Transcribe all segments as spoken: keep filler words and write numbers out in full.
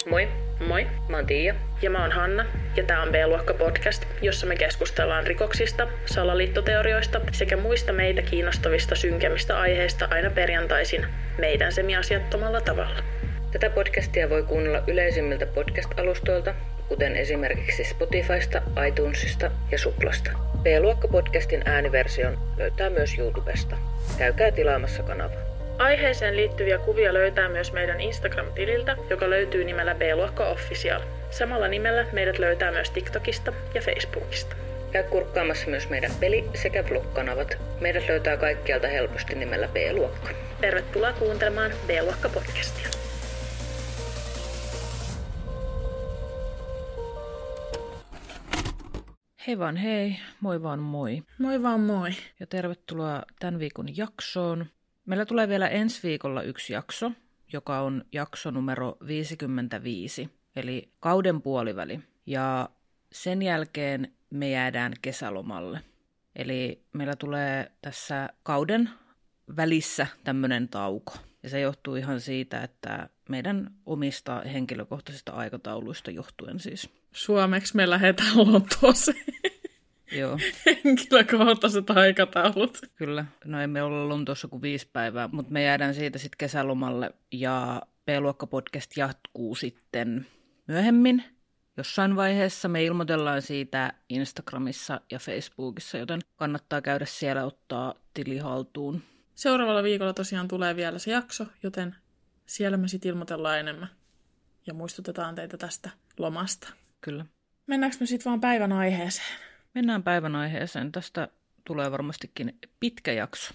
Moi. Moi. Mä oon Tiia. Ja mä oon Hanna. Ja tää on B-luokka podcast, jossa me keskustellaan rikoksista, salaliittoteorioista sekä muista meitä kiinnostavista synkemmistä aiheista aina perjantaisin meidän semiasiattomalla tavalla. Tätä podcastia voi kuunnella yleisimmiltä podcast-alustoilta, kuten esimerkiksi Spotifysta, iTunesista ja Suplasta. B-luokka-podcastin ääniversion löytää myös YouTubesta. Käykää tilaamassa kanava. Aiheeseen liittyviä kuvia löytää myös meidän Instagram-tililtä, joka löytyy nimellä B-luokka Official. Samalla nimellä meidät löytää myös TikTokista ja Facebookista. Käy kurkkaamassa myös meidän peli- sekä vlog-kanavat. Meidät löytää kaikkialta helposti nimellä B-luokka. Tervetuloa kuuntelemaan B-luokka-podcastia. Hei vaan hei, moi vaan moi. Moi vaan moi. Ja tervetuloa tämän viikon jaksoon. Meillä tulee vielä ensi viikolla yksi jakso, joka on jakso numero viisikymmentäviisi, eli kauden puoliväli. Ja sen jälkeen me jäädään kesälomalle. Eli meillä tulee tässä kauden välissä tämmöinen tauko. Ja se johtuu ihan siitä, että meidän omista henkilökohtaisista aikatauluista johtuen siis. Suomeksi me lähdetään Lontooseen. Joo. Henkilökohtaiset aikataulut. Kyllä. No emme olla Lontoossa kuin viisi päivää, mutta me jäädään siitä sitten kesälomalle. Ja B-luokka-podcast jatkuu sitten myöhemmin. Jossain vaiheessa me ilmoitellaan siitä Instagramissa ja Facebookissa, joten kannattaa käydä siellä ottaa tili haltuun. Seuraavalla viikolla tosiaan tulee vielä se jakso, joten siellä me sitten ilmoitellaan enemmän. Ja muistutetaan teitä tästä lomasta. Kyllä. Mennäänkö me sitten vaan päivän aiheeseen? Mennään päivän aiheeseen. Tästä tulee varmastikin pitkä jakso.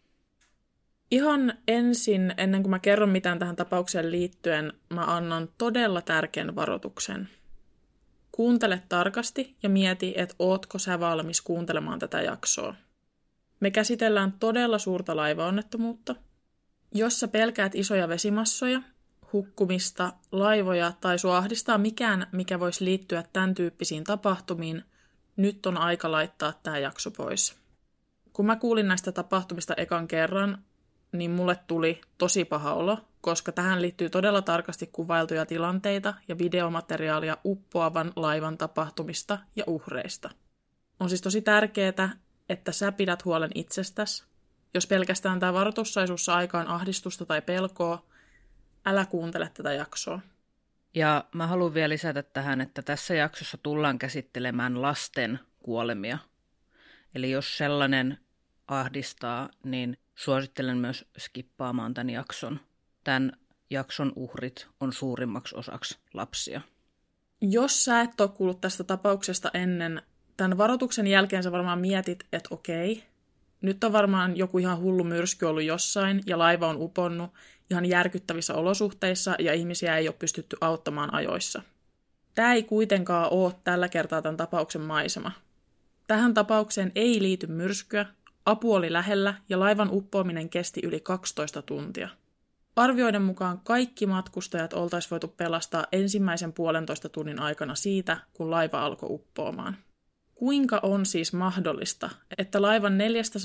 Ihan ensin, ennen kuin mä kerron mitään tähän tapaukseen liittyen, mä annan todella tärkeän varoituksen. Kuuntele tarkasti ja mieti, että ootko sä valmis kuuntelemaan tätä jaksoa. Me käsitellään todella suurta laivaonnettomuutta. Jos sä pelkäät isoja vesimassoja, hukkumista, laivoja tai sua ahdistaa mikään, mikä voisi liittyä tämän tyyppisiin tapahtumiin, nyt on aika laittaa tämä jakso pois. Kun mä kuulin näistä tapahtumista ekan kerran, niin mulle tuli tosi paha olo, koska tähän liittyy todella tarkasti kuvailtuja tilanteita ja videomateriaalia uppoavan laivan tapahtumista ja uhreista. On siis tosi tärkeää, että sä pidät huolen itsestäsi. Jos pelkästään tämä varoitus sai sussa aikaan ahdistusta tai pelkoa, älä kuuntele tätä jaksoa. Ja mä haluan vielä lisätä tähän, että tässä jaksossa tullaan käsittelemään lasten kuolemia. Eli jos sellainen ahdistaa, niin suosittelen myös skippaamaan tämän jakson. Tämän jakson uhrit on suurimmaksi osaksi lapsia. Jos sä et ole kuullut tästä tapauksesta ennen, tämän varoituksen jälkeen sä varmaan mietit, että okei, nyt on varmaan joku ihan hullu myrsky ollut jossain ja laiva on uponnut ihan järkyttävissä olosuhteissa ja ihmisiä ei ole pystytty auttamaan ajoissa. Tämä ei kuitenkaan ole tällä kertaa tämän tapauksen maisema. Tähän tapaukseen ei liity myrskyä, apu oli lähellä ja laivan uppoaminen kesti yli kaksitoista tuntia. Arvioiden mukaan kaikki matkustajat oltaisiin voitu pelastaa ensimmäisen puolentoista tunnin aikana siitä, kun laiva alkoi uppoamaan. Kuinka on siis mahdollista, että laivan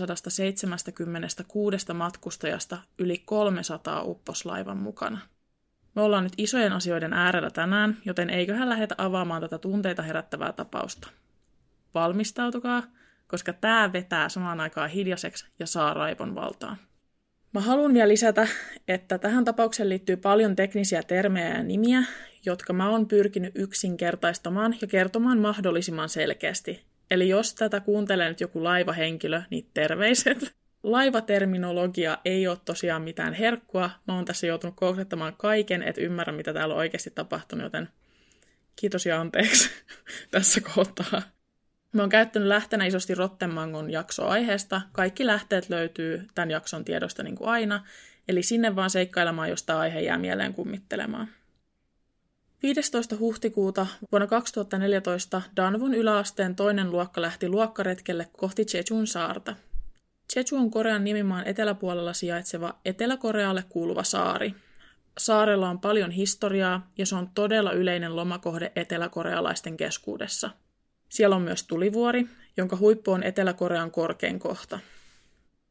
neljäsataaseitsemänkymmentäkuusi matkustajasta yli kolmesataa uppos laivan mukana? Me ollaan nyt isojen asioiden äärellä tänään, joten eiköhän lähdetä avaamaan tätä tunteita herättävää tapausta. Valmistautukaa, koska tää vetää samaan aikaan hiljaiseksi ja saa raivon valtaan. Mä haluan vielä lisätä, että tähän tapaukseen liittyy paljon teknisiä termejä ja nimiä, jotka mä oon pyrkinyt yksinkertaistamaan ja kertomaan mahdollisimman selkeästi. Eli jos tätä kuuntelee nyt joku laivahenkilö, niin terveiset. Laivaterminologia ei ole tosiaan mitään herkkua. Mä oon tässä joutunut kouluttamaan kaiken, että ymmärrän, mitä täällä on oikeasti tapahtunut, joten kiitos ja anteeksi tässä kohtaa. Mä oon käyttänyt lähteenä isosti Rottenmangon jaksoa aiheesta. Kaikki lähteet löytyy tämän jakson tiedosta niin kuin aina, eli sinne vaan seikkailemaan, jos tämä aihe jää mieleen kummittelemaan. viidestoista huhtikuuta vuonna kaksituhattaneljätoista Danvon yläasteen toinen luokka lähti luokkaretkelle kohti Jeojun saarta. Jeju on Korean nimimaan eteläpuolella sijaitseva Etelä-Korealle kuuluva saari. Saarella on paljon historiaa ja se on todella yleinen lomakohde eteläkorealaisten keskuudessa. Siellä on myös tulivuori, jonka huippu on Etelä-Korean korkein kohta.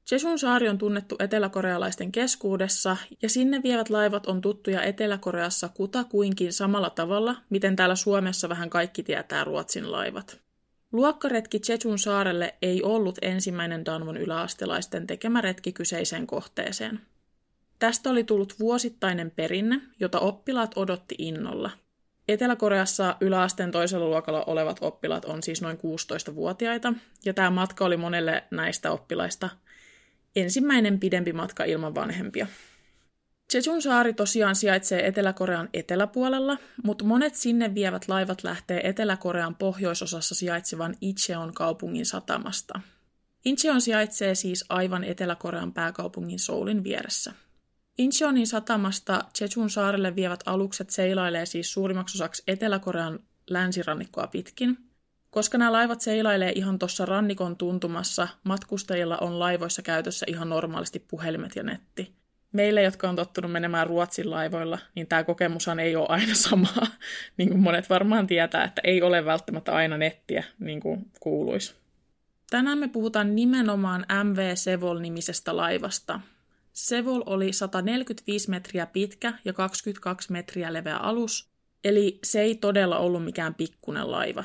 Jeosun saari on tunnettu eteläkorealaisten keskuudessa, ja sinne vievät laivat on tuttuja Etelä-Koreassa kutakuinkin samalla tavalla, miten täällä Suomessa vähän kaikki tietää Ruotsin laivat. Luokkaretki Jeosun saarelle ei ollut ensimmäinen Danvon yläastelaisten tekemä retki kyseiseen kohteeseen. Tästä oli tullut vuosittainen perinne, jota oppilaat odotti innolla. Etelä-Koreassa yläasteen toisella luokalla olevat oppilaat on siis noin kuusitoistavuotiaita, ja tämä matka oli monelle näistä oppilaista ensimmäinen pidempi matka ilman vanhempia. Jeosun saari tosiaan sijaitsee Etelä-Korean eteläpuolella, mutta monet sinne vievät laivat lähtee Etelä-Korean pohjoisosassa sijaitsevan Incheon kaupungin satamasta. Incheon sijaitsee siis aivan Etelä-Korean pääkaupungin Soulin vieressä. Incheonin satamasta Jeosun saarelle vievät alukset seilailee siis suurimmaksi osaksi Etelä-Korean länsirannikkoa pitkin. Koska nämä laivat seilailee ihan tuossa rannikon tuntumassa, matkustajilla on laivoissa käytössä ihan normaalisti puhelimet ja netti. Meille, jotka on tottunut menemään Ruotsin laivoilla, niin tämä kokemushan ei ole aina samaa. Niin kuin monet varmaan tietää, että ei ole välttämättä aina nettiä, niin kuin kuuluisi. Tänään me puhutaan nimenomaan M V Sevol-nimisestä laivasta. Sevol oli sata neljäkymmentäviisi metriä pitkä ja kaksikymmentäkaksi metriä leveä alus, eli se ei todella ollut mikään pikkunen laiva.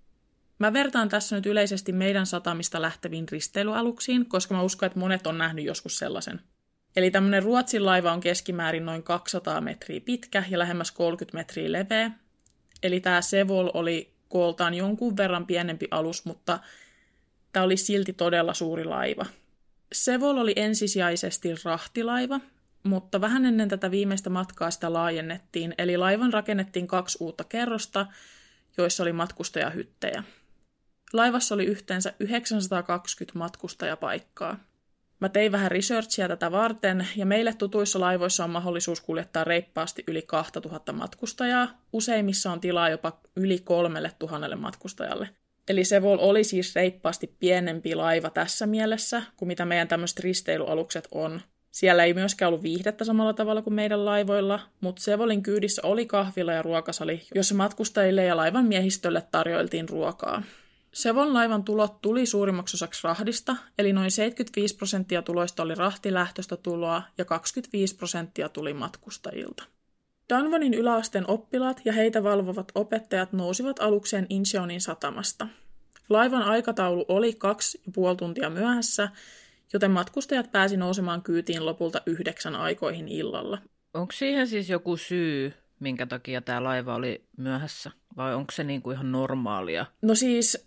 Mä vertaan tässä nyt yleisesti meidän satamista lähteviin risteilyaluksiin, koska mä uskon, että monet on nähnyt joskus sellaisen. Eli tämmöinen Ruotsin laiva on keskimäärin noin kaksisataa metriä pitkä ja lähemmäs kolmekymmentä metriä leveä. Eli tämä Sevol oli kooltaan jonkun verran pienempi alus, mutta tämä oli silti todella suuri laiva. Sevol oli ensisijaisesti rahtilaiva, mutta vähän ennen tätä viimeistä matkaa sitä laajennettiin, eli laivan rakennettiin kaksi uutta kerrosta, joissa oli matkustajahyttejä. Laivassa oli yhteensä yhdeksänsataakaksikymmentä matkustajapaikkaa. Mä tein vähän researchia tätä varten, ja meille tutuissa laivoissa on mahdollisuus kuljettaa reippaasti yli kaksituhatta matkustajaa. Useimmissa on tilaa jopa yli kolmelle tuhannelle matkustajalle. Eli Sevol oli siis reippaasti pienempi laiva tässä mielessä, kuin mitä meidän tämmöiset risteilyalukset on. Siellä ei myöskään ollut viihdettä samalla tavalla kuin meidän laivoilla, mutta Sevolin kyydissä oli kahvila ja ruokasali, jossa matkustajille ja laivan miehistölle tarjoiltiin ruokaa. Sevon laivan tulot tuli suurimmaksi osaksi rahdista, eli noin seitsemänkymmentäviisi prosenttia tuloista oli rahtilähtöistä tuloa ja kaksikymmentäviisi prosenttia tuli matkustajilta. Danvonin yläasteen oppilaat ja heitä valvovat opettajat nousivat alukseen Incheonin satamasta. Laivan aikataulu oli kaksi ja puoli tuntia myöhässä, joten matkustajat pääsi nousemaan kyytiin lopulta yhdeksän aikoihin illalla. Onko siihen siis joku syy, minkä takia tämä laiva oli myöhässä? Vai onko se niinku ihan normaalia? No siis,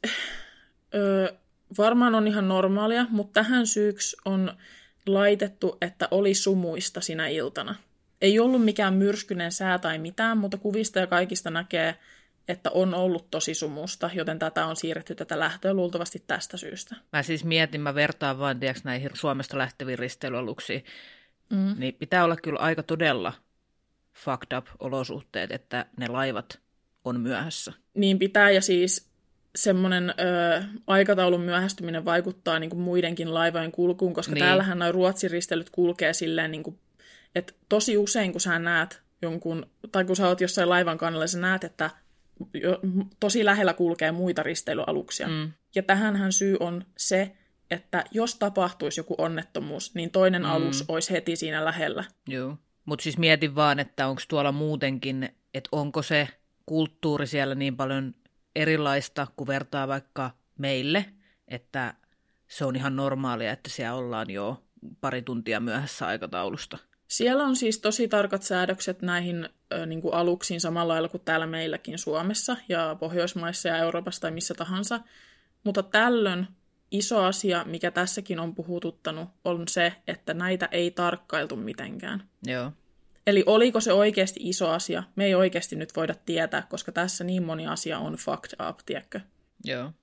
ö, varmaan on ihan normaalia, mutta tähän syyksi on laitettu, että oli sumuista sinä iltana. Ei ollut mikään myrskyinen sää tai mitään, mutta kuvista ja kaikista näkee, että on ollut tosi sumusta, joten tätä on siirretty tätä lähtöä luultavasti tästä syystä. Mä siis mietin, mä vertaan vaan tiiäks, näihin Suomesta lähteviin risteilyaluksiin, mm. niin pitää olla kyllä aika todella fucked up olosuhteet, että ne laivat on myöhässä. Niin pitää, ja siis semmoinen ö, aikataulun myöhästyminen vaikuttaa niin kuin muidenkin laivojen kulkuun, koska niin. Täällähän nuo Ruotsin risteilyt kulkee silleen, niin kuin, että tosi usein kun sä näet jonkun, tai kun sä oot jossain laivan kannalla, sä näet, että jo, tosi lähellä kulkee muita risteilyaluksia. Mm. Ja tähänhän syy on se, että jos tapahtuisi joku onnettomuus, niin toinen mm. alus olisi heti siinä lähellä. Joo, mutta siis mietin vaan, että onko tuolla muutenkin, että onko se kulttuuri siellä niin paljon erilaista kuin vertaa vaikka meille, että se on ihan normaalia, että siellä ollaan jo pari tuntia myöhässä aikataulusta. Siellä on siis tosi tarkat säädökset näihin ö, niin kuin aluksiin samalla lailla kuin täällä meilläkin Suomessa ja Pohjoismaissa ja Euroopassa tai missä tahansa. Mutta tällöin iso asia, mikä tässäkin on puhututtanut, on se, että näitä ei tarkkailtu mitenkään. Joo. Eli oliko se oikeasti iso asia? Me ei oikeasti nyt voida tietää, koska tässä niin moni asia on fucked up, tiedätkö? Joo.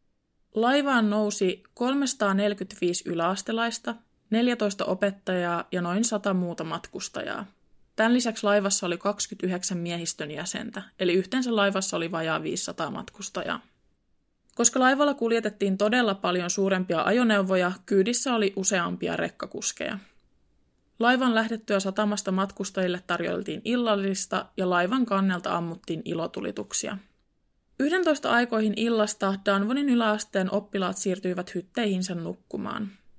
Laivaan nousi kolmesataaneljäkymmentäviisi yläastelaista, neljätoista opettajaa ja noin sata muuta matkustajaa. Tämän lisäksi laivassa oli kaksikymmentäyhdeksän miehistön jäsentä, eli yhteensä laivassa oli vajaa viisisataa matkustajaa. Koska laivalla kuljetettiin todella paljon suurempia ajoneuvoja, kyydissä oli useampia rekkakuskeja. Laivan lähdettyä satamasta matkustajille tarjoltiin illallista ja laivan kannelta ammuttiin ilotulituksia. yksitoista aikoihin illasta Danvonin yläasteen oppilaat siirtyivät hytteihinsä nukkumaan.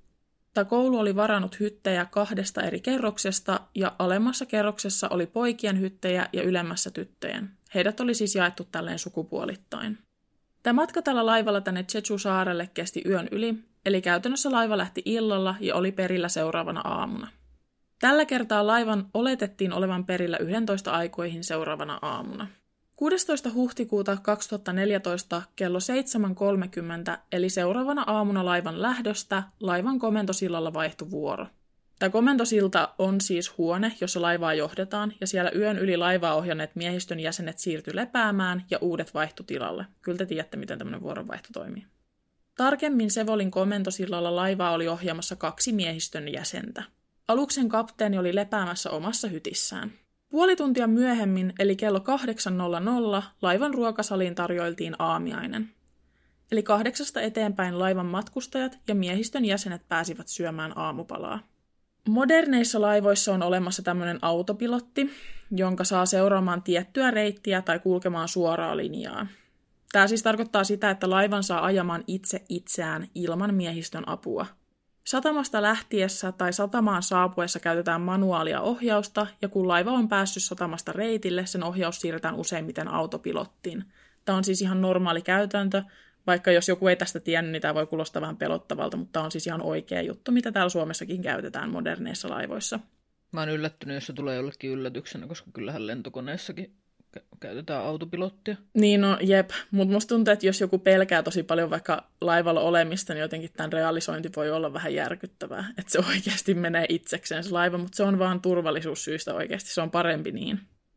Tämä koulu oli varannut hyttejä kahdesta eri kerroksesta, ja alemmassa kerroksessa oli poikien hyttejä ja ylemmässä tyttöjen. Heidät oli siis jaettu tälleen sukupuolittain. Tämä matka tällä laivalla tänne Jeju-saarelle kesti yön yli, eli käytännössä laiva lähti illalla ja oli perillä seuraavana aamuna. Tällä kertaa laivan oletettiin olevan perillä yksitoista aikoihin seuraavana aamuna. kuudestoista huhtikuuta kaksituhattaneljätoista kello seitsemän kolmekymmentä, eli seuraavana aamuna laivan lähdöstä, laivan komentosillalla vaihtui vuoro. Tämä komentosilta on siis huone, jossa laivaa johdetaan, ja siellä yön yli laivaa ohjanneet miehistön jäsenet siirtyi lepäämään ja uudet vaihtui tilalle. Kyllä te tiedätte, miten tämmöinen vuoronvaihto toimii. Tarkemmin Sevolin komentosillalla laivaa oli ohjaamassa kaksi miehistön jäsentä. Aluksen kapteeni oli lepäämässä omassa hytissään. Puoli tuntia myöhemmin, eli kello kahdeksan nolla nolla, laivan ruokasaliin tarjoiltiin aamiainen. Eli kahdeksasta eteenpäin laivan matkustajat ja miehistön jäsenet pääsivät syömään aamupalaa. Moderneissa laivoissa on olemassa tämmöinen autopilotti, jonka saa seuraamaan tiettyä reittiä tai kulkemaan suoraa linjaa. Tämä siis tarkoittaa sitä, että laivan saa ajamaan itse itseään ilman miehistön apua. Satamasta lähtiessä tai satamaan saapuessa käytetään manuaalia ohjausta, ja kun laiva on päässyt satamasta reitille, sen ohjaus siirretään useimmiten autopilottiin. Tämä on siis ihan normaali käytäntö, vaikka jos joku ei tästä tiennyt, niin tämä voi kuulostaa vähän pelottavalta, mutta tämä on siis ihan oikea juttu, mitä täällä Suomessakin käytetään moderneissa laivoissa. Mä oon yllättynyt, jos se tulee jollekin yllätyksenä, koska kyllähän lentokoneessakin käytetään autopilottia. Niin no jep, mutta musta tuntuu, että jos joku pelkää tosi paljon vaikka laivalla olemista, niin jotenkin tämän realisointi voi olla vähän järkyttävää, että se oikeasti menee itsekseen se laiva, mutta se on vaan turvallisuussyistä oikeasti, se on parempi niin.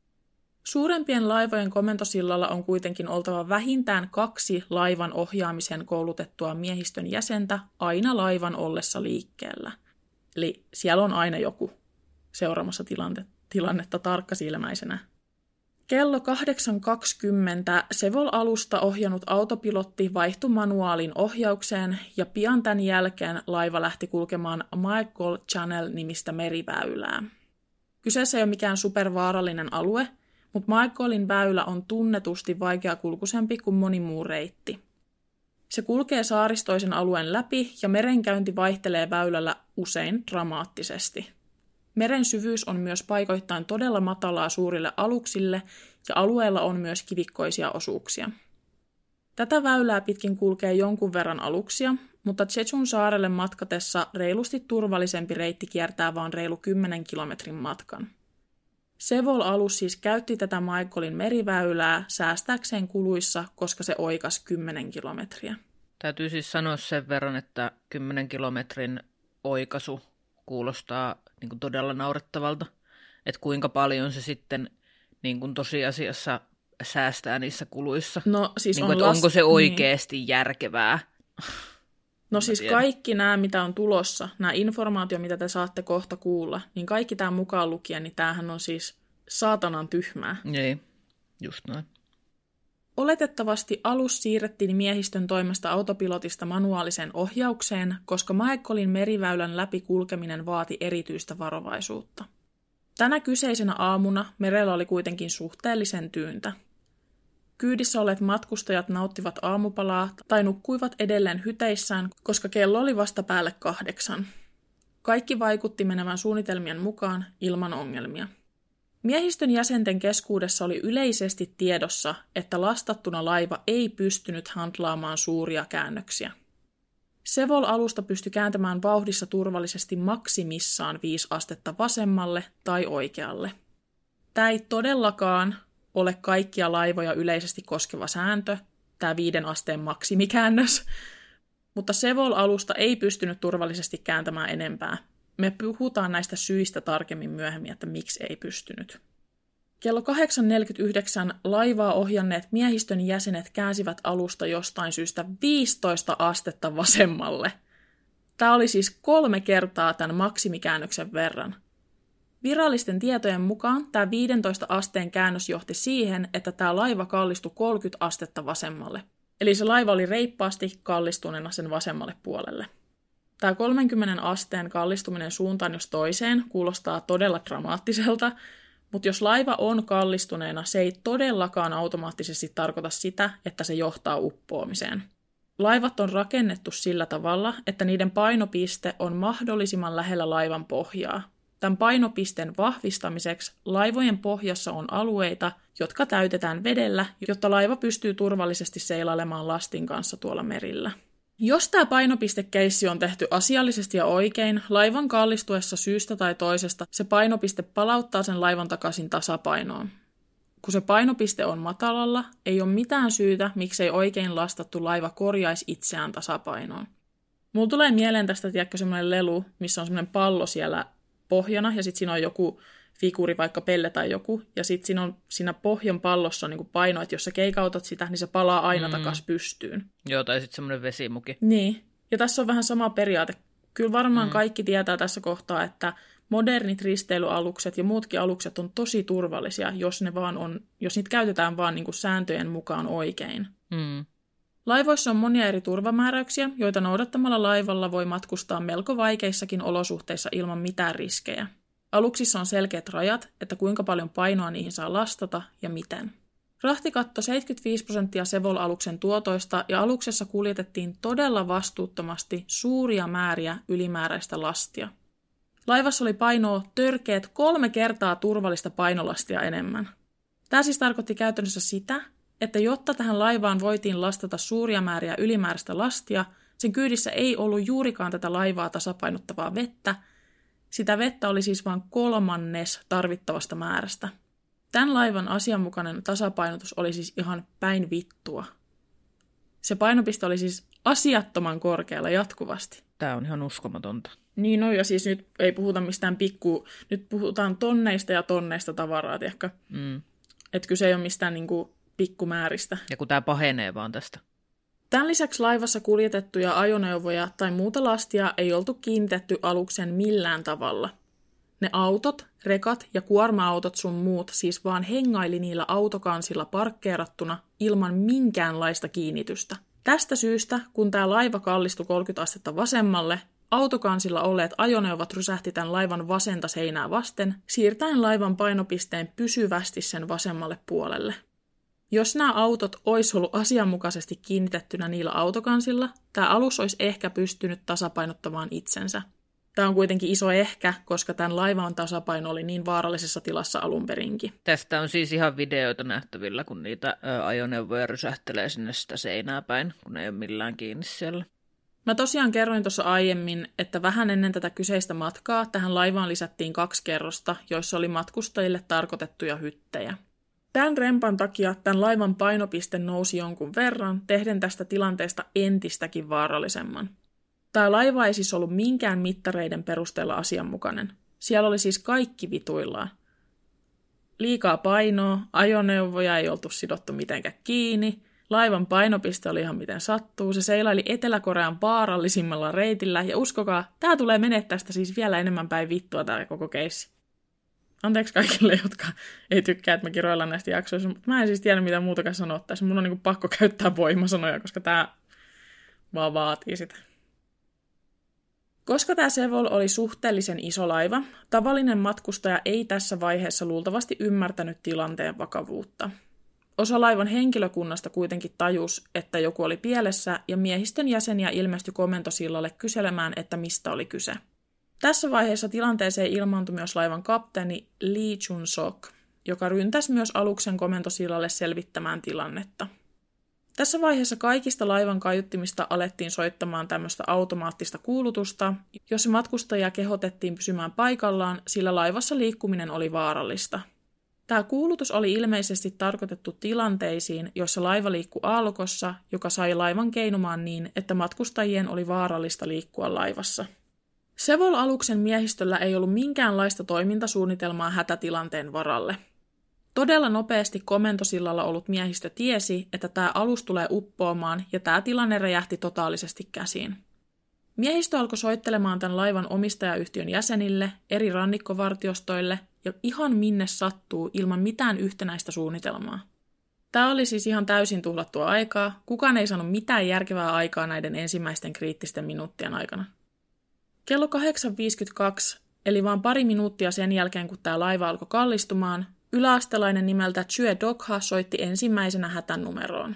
Suurempien laivojen komentosillalla on kuitenkin oltava vähintään kaksi laivan ohjaamisen koulutettua miehistön jäsentä aina laivan ollessa liikkeellä. Eli siellä on aina joku seuraamassa tilante- tilannetta tarkkasilmäisenä. Kello kahdeksan kaksikymmentä Sevol-alusta ohjannut autopilotti vaihtui manuaalin ohjaukseen, ja pian tämän jälkeen laiva lähti kulkemaan Michael Channel-nimistä meriväylää. Kyseessä ei ole mikään supervaarallinen alue, mutta Michaelin väylä on tunnetusti vaikeakulkuisempi kuin moni muu reitti. Se kulkee saaristoisen alueen läpi, ja merenkäynti vaihtelee väylällä usein dramaattisesti. Meren syvyys on myös paikoittain todella matalaa suurille aluksille, ja alueella on myös kivikkoisia osuuksia. Tätä väylää pitkin kulkee jonkun verran aluksia, mutta Jejun saarelle matkatessa reilusti turvallisempi reitti kiertää vain reilu kymmenen kilometrin matkan. Sevol-alus siis käytti tätä Michaelin meriväylää säästääkseen kuluissa, koska se oikas kymmenen kilometriä. Täytyy siis sanoa sen verran, että kymmenen kilometrin oikaisu kuulostaa niin kuin todella naurettavalta, että kuinka paljon se sitten niin kuin tosiasiassa säästää niissä kuluissa. No, siis niin on kuin, las... onko se oikeasti niin järkevää? No siis tiedän. Kaikki nämä, mitä on tulossa, nämä informaatio, mitä te saatte kohta kuulla, niin kaikki tämä mukaan lukien, niin tämähän on siis saatanan tyhmää. Ei, just näin. Oletettavasti alus siirrettiin miehistön toimesta autopilotista manuaaliseen ohjaukseen, koska Michaelin meriväylän läpi kulkeminen vaati erityistä varovaisuutta. Tänä kyseisenä aamuna merellä oli kuitenkin suhteellisen tyyntä. Kyydissä olleet matkustajat nauttivat aamupalaa tai nukkuivat edelleen hyteissään, koska kello oli vasta päälle kahdeksan. Kaikki vaikutti menevän suunnitelmien mukaan ilman ongelmia. Miehistön jäsenten keskuudessa oli yleisesti tiedossa, että lastattuna laiva ei pystynyt handlaamaan suuria käännöksiä. Sevol-alusta pystyi kääntämään vauhdissa turvallisesti maksimissaan viisi astetta vasemmalle tai oikealle. Tämä ei todellakaan ole kaikkia laivoja yleisesti koskeva sääntö, tämä viiden asteen maksimikäännös, mutta Sevol-alusta ei pystynyt turvallisesti kääntämään enempää. Me puhutaan näistä syistä tarkemmin myöhemmin, että miksi ei pystynyt. Kello kahdeksan neljäkymmentäyhdeksän laivaa ohjanneet miehistön jäsenet käänsivät alusta jostain syystä viisitoista astetta vasemmalle. Tämä oli siis kolme kertaa tämän maksimikäännöksen verran. Virallisten tietojen mukaan tämä viidentoista asteen käännös johti siihen, että tämä laiva kallistui kolmekymmentä astetta vasemmalle. Eli se laiva oli reippaasti kallistuneena sen vasemmalle puolelle. Tämä kolmenkymmenen asteen kallistuminen suuntaan jos toiseen kuulostaa todella dramaattiselta, mutta jos laiva on kallistuneena, se ei todellakaan automaattisesti tarkoita sitä, että se johtaa uppoamiseen. Laivat on rakennettu sillä tavalla, että niiden painopiste on mahdollisimman lähellä laivan pohjaa. Tämän painopisteen vahvistamiseksi laivojen pohjassa on alueita, jotka täytetään vedellä, jotta laiva pystyy turvallisesti seilailemaan lastin kanssa tuolla merillä. Jos tämä painopistekeissi on tehty asiallisesti ja oikein, laivan kallistuessa syystä tai toisesta se painopiste palauttaa sen laivan takaisin tasapainoon. Kun se painopiste on matalalla, ei ole mitään syytä, miksei oikein lastattu laiva korjaisi itseään tasapainoon. Mulla tulee mieleen tästä, tiedätkö, semmoinen lelu, missä on semmoinen pallo siellä pohjana, ja sitten siinä on joku figuuri, vaikka pelle tai joku, ja sitten siinä, on, siinä pohjan pallossa on niinku paino, että jos sä keikautat sitä, niin se palaa aina mm. takaisin pystyyn. Joo, tai sitten semmoinen vesimuki. Niin, ja tässä on vähän sama periaate. Kyllä varmaan mm. kaikki tietää tässä kohtaa, että modernit risteilyalukset ja muutkin alukset on tosi turvallisia, jos, ne vaan on, jos niitä käytetään vaan niinku sääntöjen mukaan oikein. Mm. Laivoissa on monia eri turvamääräyksiä, joita noudattamalla laivalla voi matkustaa melko vaikeissakin olosuhteissa ilman mitään riskejä. Aluksissa on selkeät rajat, että kuinka paljon painoa niihin saa lastata ja miten. Rahtikatto seitsemänkymmentäviisi prosenttia Sevol-aluksen tuotoista ja aluksessa kuljetettiin todella vastuuttomasti suuria määriä ylimääräistä lastia. Laivassa oli painoa törkeät kolme kertaa turvallista painolastia enemmän. Tämä siis tarkoitti käytännössä sitä, että jotta tähän laivaan voitiin lastata suuria määriä ylimääräistä lastia, sen kyydissä ei ollut juurikaan tätä laivaa tasapainottavaa vettä. Sitä vettä oli siis vain kolmannes tarvittavasta määrästä. Tämän laivan asianmukainen tasapainotus oli siis ihan päin vittua. Se painopiste oli siis asiattoman korkealla jatkuvasti. Tämä on ihan uskomatonta. Niin no, ja siis nyt ei puhuta mistään pikku, nyt puhutaan tonneista ja tonneista tavaraa, tiedätkö? Mm. Että kyse ei ole mistään niinku pikkumääristä. Ja kun tämä pahenee vaan tästä. Tämän lisäksi laivassa kuljetettuja ajoneuvoja tai muuta lastia ei oltu kiinnitetty aluksen millään tavalla. Ne autot, rekat ja kuorma-autot sun muut siis vaan hengaili niillä autokansilla parkkeerattuna ilman minkäänlaista kiinnitystä. Tästä syystä, kun tämä laiva kallistui kolmekymmentä astetta vasemmalle, autokansilla olleet ajoneuvot rysähti tämän laivan vasenta seinää vasten, siirtäen laivan painopisteen pysyvästi sen vasemmalle puolelle. Jos nämä autot olisi ollut asianmukaisesti kiinnitettynä niillä autokansilla, tämä alus olisi ehkä pystynyt tasapainottamaan itsensä. Tämä on kuitenkin iso ehkä, koska tämän laivan tasapaino oli niin vaarallisessa tilassa alun perinkin. Tästä on siis ihan videoita nähtävillä, kun niitä ä, ajoneuvoja rysähtelee sinne sitä seinää päin, kun ei ole millään kiinni siellä. Mä tosiaan kerroin tuossa aiemmin, että vähän ennen tätä kyseistä matkaa tähän laivaan lisättiin kaksi kerrosta, joissa oli matkustajille tarkoitettuja hyttejä. Tämän rempan takia tämän laivan painopiste nousi jonkun verran, tehden tästä tilanteesta entistäkin vaarallisemman. Tämä laiva ei siis ollut minkään mittareiden perusteella asianmukainen. Siellä oli siis kaikki vituillaan. Liikaa painoa, ajoneuvoja ei oltu sidottu mitenkään kiinni, laivan painopiste oli ihan miten sattuu, se seilaili Etelä-Korean vaarallisimmalla reitillä, ja uskokaa, tämä tulee menettää tästä siis vielä enemmän päin vittua tämä koko keissi. Anteeksi kaikille, jotka ei tykkää, että me kiroillaan näistä jaksoista, mutta mä en siis tiedä, mitä muutakaan sanoa tässä. Mun on niin pakko käyttää voimasanoja, koska tämä vaan vaatii sitä. Koska tämä Sevol oli suhteellisen iso laiva, tavallinen matkustaja ei tässä vaiheessa luultavasti ymmärtänyt tilanteen vakavuutta. Osa laivan henkilökunnasta kuitenkin tajus, että joku oli pielessä, ja miehistön jäseniä ilmestyi komentosillalle kyselemään, että mistä oli kyse. Tässä vaiheessa tilanteeseen ilmaantui myös laivan kapteeni Lee Chun-sok, joka ryntäsi myös aluksen komentosillalle selvittämään tilannetta. Tässä vaiheessa kaikista laivan kaiuttimista alettiin soittamaan tämmöistä automaattista kuulutusta, jossa matkustajia kehotettiin pysymään paikallaan, sillä laivassa liikkuminen oli vaarallista. Tämä kuulutus oli ilmeisesti tarkoitettu tilanteisiin, joissa laiva liikkui aallokossa, joka sai laivan keinumaan niin, että matkustajien oli vaarallista liikkua laivassa. Sevol-aluksen miehistöllä ei ollut minkäänlaista toimintasuunnitelmaa hätätilanteen varalle. Todella nopeasti komentosillalla ollut miehistö tiesi, että tämä alus tulee uppoamaan ja tämä tilanne räjähti totaalisesti käsiin. Miehistö alkoi soittelemaan tämän laivan omistajayhtiön jäsenille, eri rannikkovartiostoille ja ihan minne sattuu ilman mitään yhtenäistä suunnitelmaa. Tämä oli siis ihan täysin tuhlattua aikaa, kukaan ei saanut mitään järkevää aikaa näiden ensimmäisten kriittisten minuuttien aikana. Kello kahdeksan viisikymmentäkaksi, eli vain pari minuuttia sen jälkeen, kun tämä laiva alkoi kallistumaan, yläastelainen nimeltä Chue Dokha soitti ensimmäisenä hätänumeroon.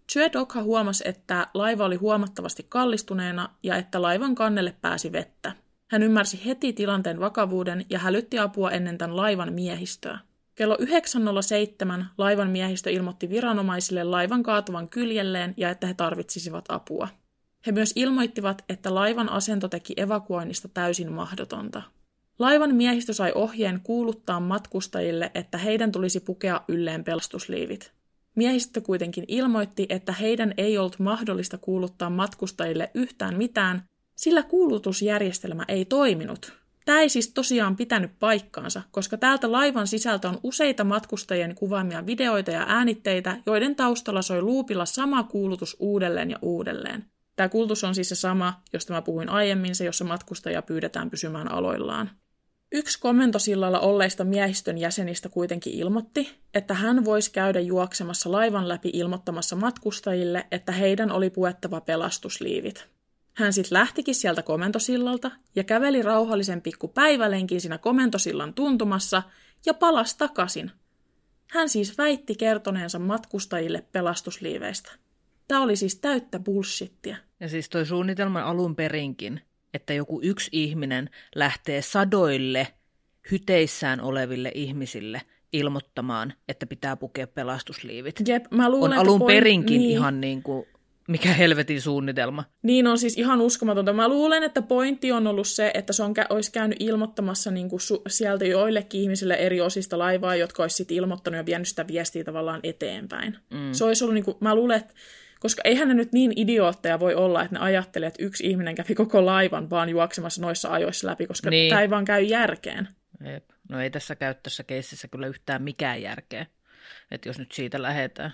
Chue-Dokha huomasi, että laiva oli huomattavasti kallistuneena ja että laivan kannelle pääsi vettä. Hän ymmärsi heti tilanteen vakavuuden ja hälytti apua ennen tämän laivan miehistöä. Kello yhdeksän nolla seitsemän laivan miehistö ilmoitti viranomaisille laivan kaatuvan kyljelleen ja että he tarvitsisivat apua. He myös ilmoittivat, että laivan asento teki evakuoinnista täysin mahdotonta. Laivan miehistö sai ohjeen kuuluttaa matkustajille, että heidän tulisi pukea ylleen pelastusliivit. Miehistö kuitenkin ilmoitti, että heidän ei ollut mahdollista kuuluttaa matkustajille yhtään mitään, sillä kuulutusjärjestelmä ei toiminut. Tämä ei siis tosiaan pitänyt paikkaansa, koska täältä laivan sisältä on useita matkustajien kuvaamia videoita ja äänitteitä, joiden taustalla soi luupilla sama kuulutus uudelleen ja uudelleen. Tämä kuulutus on siis se sama, josta mä puhuin aiemmin, se jossa matkustajia pyydetään pysymään aloillaan. Yksi komentosillalla olleista miehistön jäsenistä kuitenkin ilmoitti, että hän voisi käydä juoksemassa laivan läpi ilmoittamassa matkustajille, että heidän oli puettava pelastusliivit. Hän sitten lähtikin sieltä komentosillalta ja käveli rauhallisen pikku päivälenkin siinä komentosillan tuntumassa ja palasi takaisin. Hän siis väitti kertoneensa matkustajille pelastusliiveistä. Tämä oli siis täyttä bullshittia. Ja siis toi suunnitelma alun perinkin, että joku yksi ihminen lähtee sadoille hyteissään oleville ihmisille ilmoittamaan, että pitää pukea pelastusliivit. Jep, mä luulen, on alun point... perinkin niin. ihan niin kuin, mikä helvetin suunnitelma. Niin on siis ihan uskomatonta. Mä luulen, että pointti on ollut se, että se on, olisi käynyt ilmoittamassa niin kuin su- sieltä joillekin ihmisille eri osista laivaa, jotka olisi sitten ilmoittanut ja vienyt sitä viestiä tavallaan eteenpäin. Mm. Se olisi ollut, niin kuin, mä luulen, että koska eihän ne nyt niin idiootteja voi olla, että ne ajattelee, että yksi ihminen kävi koko laivan vaan juoksemassa noissa ajoissa läpi, koska niin. Tämä ei vaan käy järkeen. Jep. No ei tässä käy tässä keississä kyllä yhtään mikään järkeä, että jos nyt siitä lähdetään.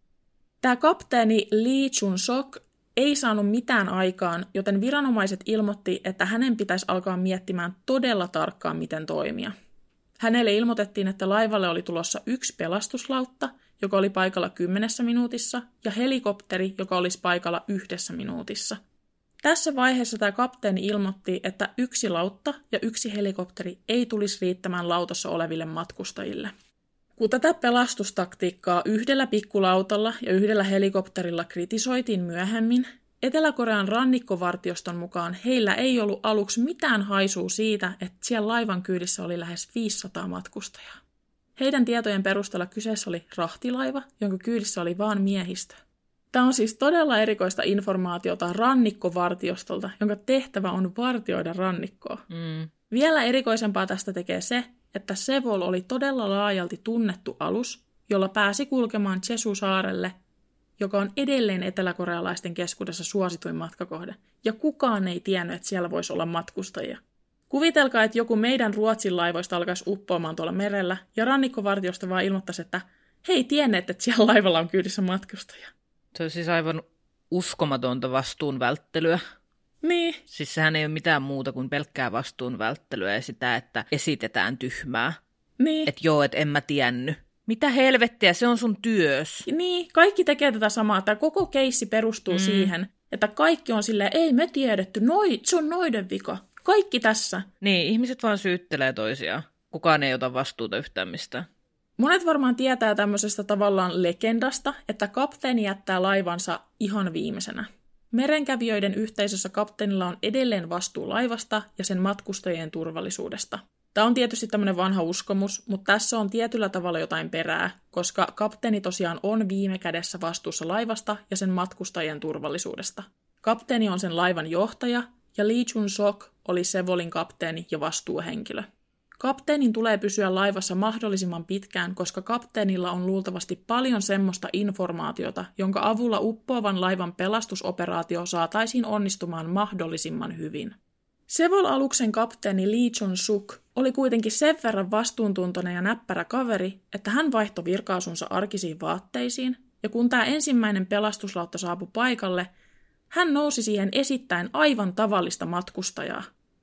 Tämä kapteeni Lee Chun-sok ei saanut mitään aikaan, joten viranomaiset ilmoitti, että hänen pitäisi alkaa miettimään todella tarkkaan, miten toimia. Hänelle ilmoitettiin, että laivalle oli tulossa yksi pelastuslautta, joka oli paikalla kymmenessä minuutissa, ja helikopteri, joka olisi paikalla yhdessä minuutissa. Tässä vaiheessa tämä kapteeni ilmoitti, että yksi lautta ja yksi helikopteri ei tulisi riittämään lautassa oleville matkustajille. Kun tätä pelastustaktiikkaa yhdellä pikkulautalla ja yhdellä helikopterilla kritisoitiin myöhemmin, Etelä-Korean rannikkovartioston mukaan heillä ei ollut aluksi mitään haisua siitä, että siellä laivan kyydissä oli lähes viisisataa matkustajaa. Heidän tietojen perusteella kyseessä oli rahtilaiva, jonka kyydissä oli vain miehistö. Tämä on siis todella erikoista informaatiota rannikkovartiostolta, jonka tehtävä on vartioida rannikkoa. Mm. Vielä erikoisempaa tästä tekee se, että Sevol oli todella laajalti tunnettu alus, jolla pääsi kulkemaan Jeju-saarelle, joka on edelleen eteläkorealaisten keskuudessa suosituin matkakohde, ja kukaan ei tiennyt, että siellä voisi olla matkustajia. Kuvitelkaa, että joku meidän Ruotsin laivoista alkaisi uppoamaan tuolla merellä, ja rannikkovartiosta vaan ilmoittaisi, että he ei tienneet, että siellä laivalla on kyydissä matkustajia. Se on siis aivan uskomatonta vastuun välttelyä. Niin. Siis sehän ei ole mitään muuta kuin pelkkää vastuun välttelyä ja sitä, että esitetään tyhmää. Niin. Että joo, et en mä tiennyt. Mitä helvettiä, se on sun työs. Niin, kaikki tekee tätä samaa. Tämä koko keissi perustuu mm. siihen, että kaikki on silleen, ei me tiedetty, noi, se on noiden vika. Kaikki tässä. Niin, ihmiset vaan syyttelee toisiaan. Kukaan ei ota vastuuta yhtään mistään. Monet varmaan tietää tämmöisestä tavallaan legendasta, että kapteeni jättää laivansa ihan viimeisenä. Merenkävijöiden yhteisössä kapteenilla on edelleen vastuu laivasta ja sen matkustajien turvallisuudesta. Tämä on tietysti tämmöinen vanha uskomus, mutta tässä on tietyllä tavalla jotain perää, koska kapteeni tosiaan on viime kädessä vastuussa laivasta ja sen matkustajien turvallisuudesta. Kapteeni on sen laivan johtaja ja Lee Chun-sok oli Sevolin kapteeni ja vastuuhenkilö. Kapteenin tulee pysyä laivassa mahdollisimman pitkään, koska kapteenilla on luultavasti paljon semmoista informaatiota, jonka avulla uppoavan laivan pelastusoperaatio saataisiin onnistumaan mahdollisimman hyvin. Sevol-aluksen kapteeni Lee Chun-suk oli kuitenkin sen verran vastuuntuntoinen ja näppärä kaveri, että hän vaihtoi virkaasunsa arkisiin vaatteisiin, ja kun tämä ensimmäinen pelastuslautta saapui paikalle, hän nousi siihen esittäen aivan tavallista matkustajaa.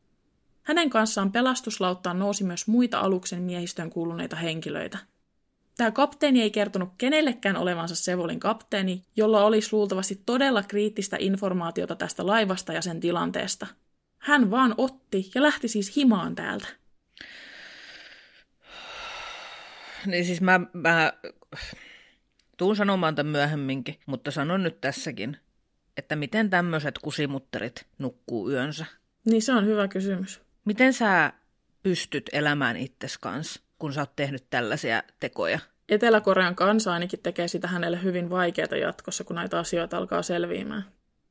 Hänen kanssaan pelastuslauttaan nousi myös muita aluksen miehistöön kuuluneita henkilöitä. Tämä kapteeni ei kertonut kenellekään olevansa Sevolin kapteeni, jolla olisi luultavasti todella kriittistä informaatiota tästä laivasta ja sen tilanteesta. Hän vaan otti ja lähti siis himaan täältä. Niin siis mä, mä Tuun sanomaan tämän myöhemminkin, mutta sanon nyt tässäkin, että miten tämmöiset kusimutterit nukkuu yönsä? Niin se on hyvä kysymys. Miten sä pystyt elämään itses kanssa, kun sä oot tehnyt tällaisia tekoja? Etelä-Korean kansa ainakin tekee sitä hänelle hyvin vaikeaa jatkossa, kun näitä asioita alkaa selviämään.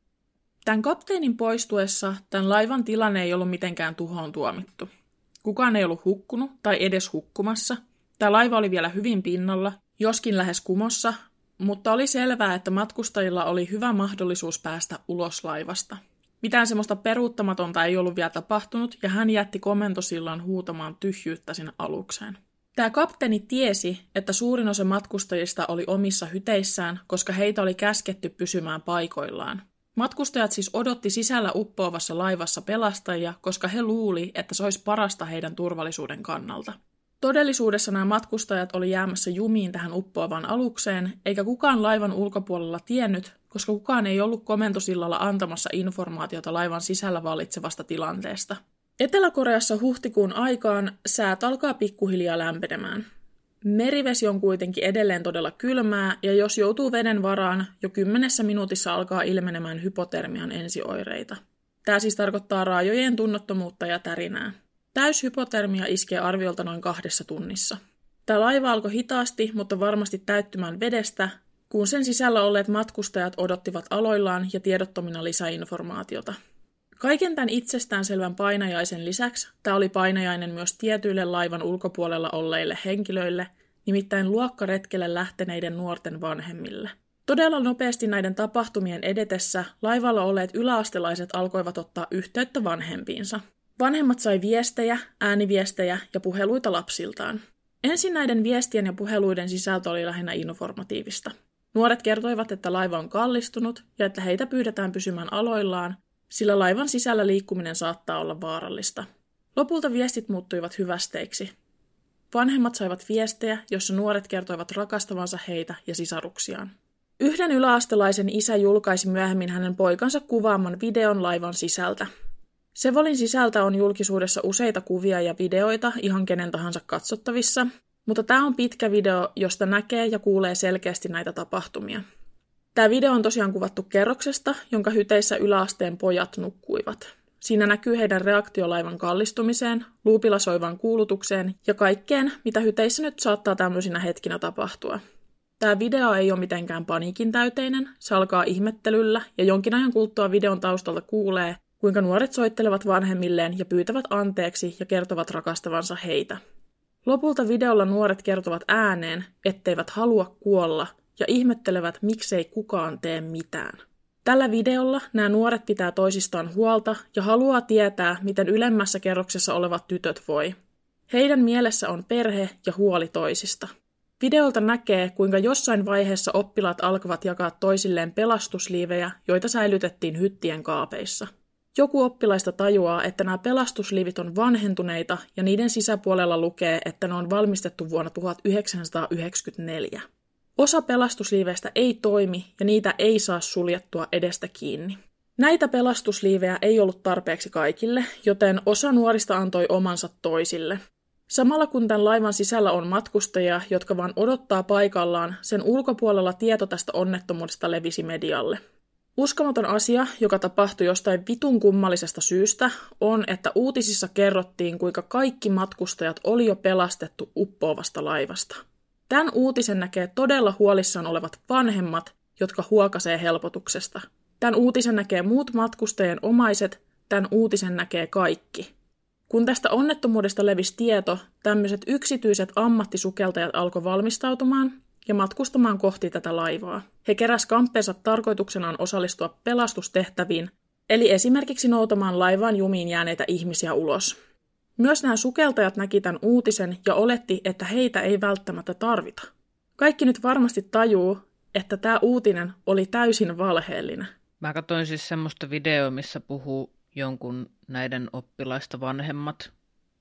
Tämän kapteenin poistuessa tämän laivan tilanne ei ollut mitenkään tuhoon tuomittu. Kukaan ei ollut hukkunut tai edes hukkumassa. Tämä laiva oli vielä hyvin pinnalla, joskin lähes kumossa, mutta oli selvää, että matkustajilla oli hyvä mahdollisuus päästä ulos laivasta. Mitään semmoista peruuttamatonta ei ollut vielä tapahtunut, ja hän jätti komentosillan huutamaan tyhjyyttä sinne alukseen. Tämä kapteeni tiesi, että suurin osa matkustajista oli omissa hyteissään, koska heitä oli käsketty pysymään paikoillaan. Matkustajat siis odotti sisällä uppoavassa laivassa pelastajia, koska he luuli, että se olisi parasta heidän turvallisuuden kannalta. Todellisuudessa nämä matkustajat oli jäämässä jumiin tähän uppoavaan alukseen, eikä kukaan laivan ulkopuolella tiennyt, koska kukaan ei ollut komentosillalla antamassa informaatiota laivan sisällä vallitsevasta tilanteesta. Etelä-Koreassa huhtikuun aikaan säät alkaa pikkuhiljaa lämpenemään. Merivesi on kuitenkin edelleen todella kylmää, ja jos joutuu veden varaan, jo kymmenessä minuutissa alkaa ilmenemään hypotermian ensioireita. Tämä siis tarkoittaa raajojen tunnottomuutta ja tärinää. Täyshypotermia iskee arviolta noin kahdessa tunnissa. Tämä laiva alkoi hitaasti, mutta varmasti täyttymään vedestä, kun sen sisällä olleet matkustajat odottivat aloillaan ja tiedottomina lisäinformaatiota. Kaiken tämän itsestäänselvän painajaisen lisäksi tämä oli painajainen myös tietyille laivan ulkopuolella olleille henkilöille, nimittäin luokkaretkelle lähteneiden nuorten vanhemmille. Todella nopeasti näiden tapahtumien edetessä laivalla olleet yläastelaiset alkoivat ottaa yhteyttä vanhempiinsa. Vanhemmat sai viestejä, ääniviestejä ja puheluita lapsiltaan. Ensin näiden viestien ja puheluiden sisältö oli lähinnä informatiivista. Nuoret kertoivat, että laiva on kallistunut ja että heitä pyydetään pysymään aloillaan, sillä laivan sisällä liikkuminen saattaa olla vaarallista. Lopulta viestit muuttuivat hyvästeiksi. Vanhemmat saivat viestejä, jossa nuoret kertoivat rakastavansa heitä ja sisaruksiaan. Yhden yläastelaisen isä julkaisi myöhemmin hänen poikansa kuvaaman videon laivan sisältä. Sevolin sisältä on julkisuudessa useita kuvia ja videoita ihan kenen tahansa katsottavissa, mutta tämä on pitkä video, josta näkee ja kuulee selkeästi näitä tapahtumia. Tämä video on tosiaan kuvattu kerroksesta, jonka hyteissä yläasteen pojat nukkuivat. Siinä näkyy heidän reaktiolaivan kallistumiseen, luupilla soivaan kuulutukseen ja kaikkeen, mitä hyteissä nyt saattaa tämmöisinä hetkinä tapahtua. Tämä video ei ole mitenkään paniikin täyteinen, se alkaa ihmettelyllä ja jonkin ajan kuluttua videon taustalta kuulee, kuinka nuoret soittelevat vanhemmilleen ja pyytävät anteeksi ja kertovat rakastavansa heitä. Lopulta videolla nuoret kertovat ääneen, etteivät halua kuolla ja ihmettelevät, miksei kukaan tee mitään. Tällä videolla nämä nuoret pitää toisistaan huolta ja haluaa tietää, miten ylemmässä kerroksessa olevat tytöt voi. Heidän mielessä on perhe ja huoli toisista. Videolta näkee, kuinka jossain vaiheessa oppilaat alkavat jakaa toisilleen pelastusliivejä, joita säilytettiin hyttien kaapeissa. Joku oppilaista tajuaa, että nämä pelastusliivit on vanhentuneita ja niiden sisäpuolella lukee, että ne on valmistettu vuonna tuhatyhdeksänsataayhdeksänkymmentäneljä. Osa pelastusliiveistä ei toimi ja niitä ei saa suljettua edestä kiinni. Näitä pelastusliivejä ei ollut tarpeeksi kaikille, joten osa nuorista antoi omansa toisille. Samalla kun tämän laivan sisällä on matkustajia, jotka vaan odottaa paikallaan, sen ulkopuolella tieto tästä onnettomuudesta levisi medialle. Uskomaton asia, joka tapahtui jostain vitun kummallisesta syystä, on, että uutisissa kerrottiin, kuinka kaikki matkustajat oli jo pelastettu uppoavasta laivasta. Tämän uutisen näkee todella huolissaan olevat vanhemmat, jotka huokasee helpotuksesta. Tämän uutisen näkee muut matkustajien omaiset, tämän uutisen näkee kaikki. Kun tästä onnettomuudesta levisi tieto, tämmöiset yksityiset ammattisukeltajat alkoi valmistautumaan ja matkustamaan kohti tätä laivaa. He keräs kamppeensa tarkoituksenaan osallistua pelastustehtäviin, eli esimerkiksi noutamaan laivaan jumiin jääneitä ihmisiä ulos. Myös nämä sukeltajat näki tämän uutisen ja oletti, että heitä ei välttämättä tarvita. Kaikki nyt varmasti tajuu, että tämä uutinen oli täysin valheellinen. Mä katsoin siis semmoista videoa, missä puhuu jonkun näiden oppilaista vanhemmat,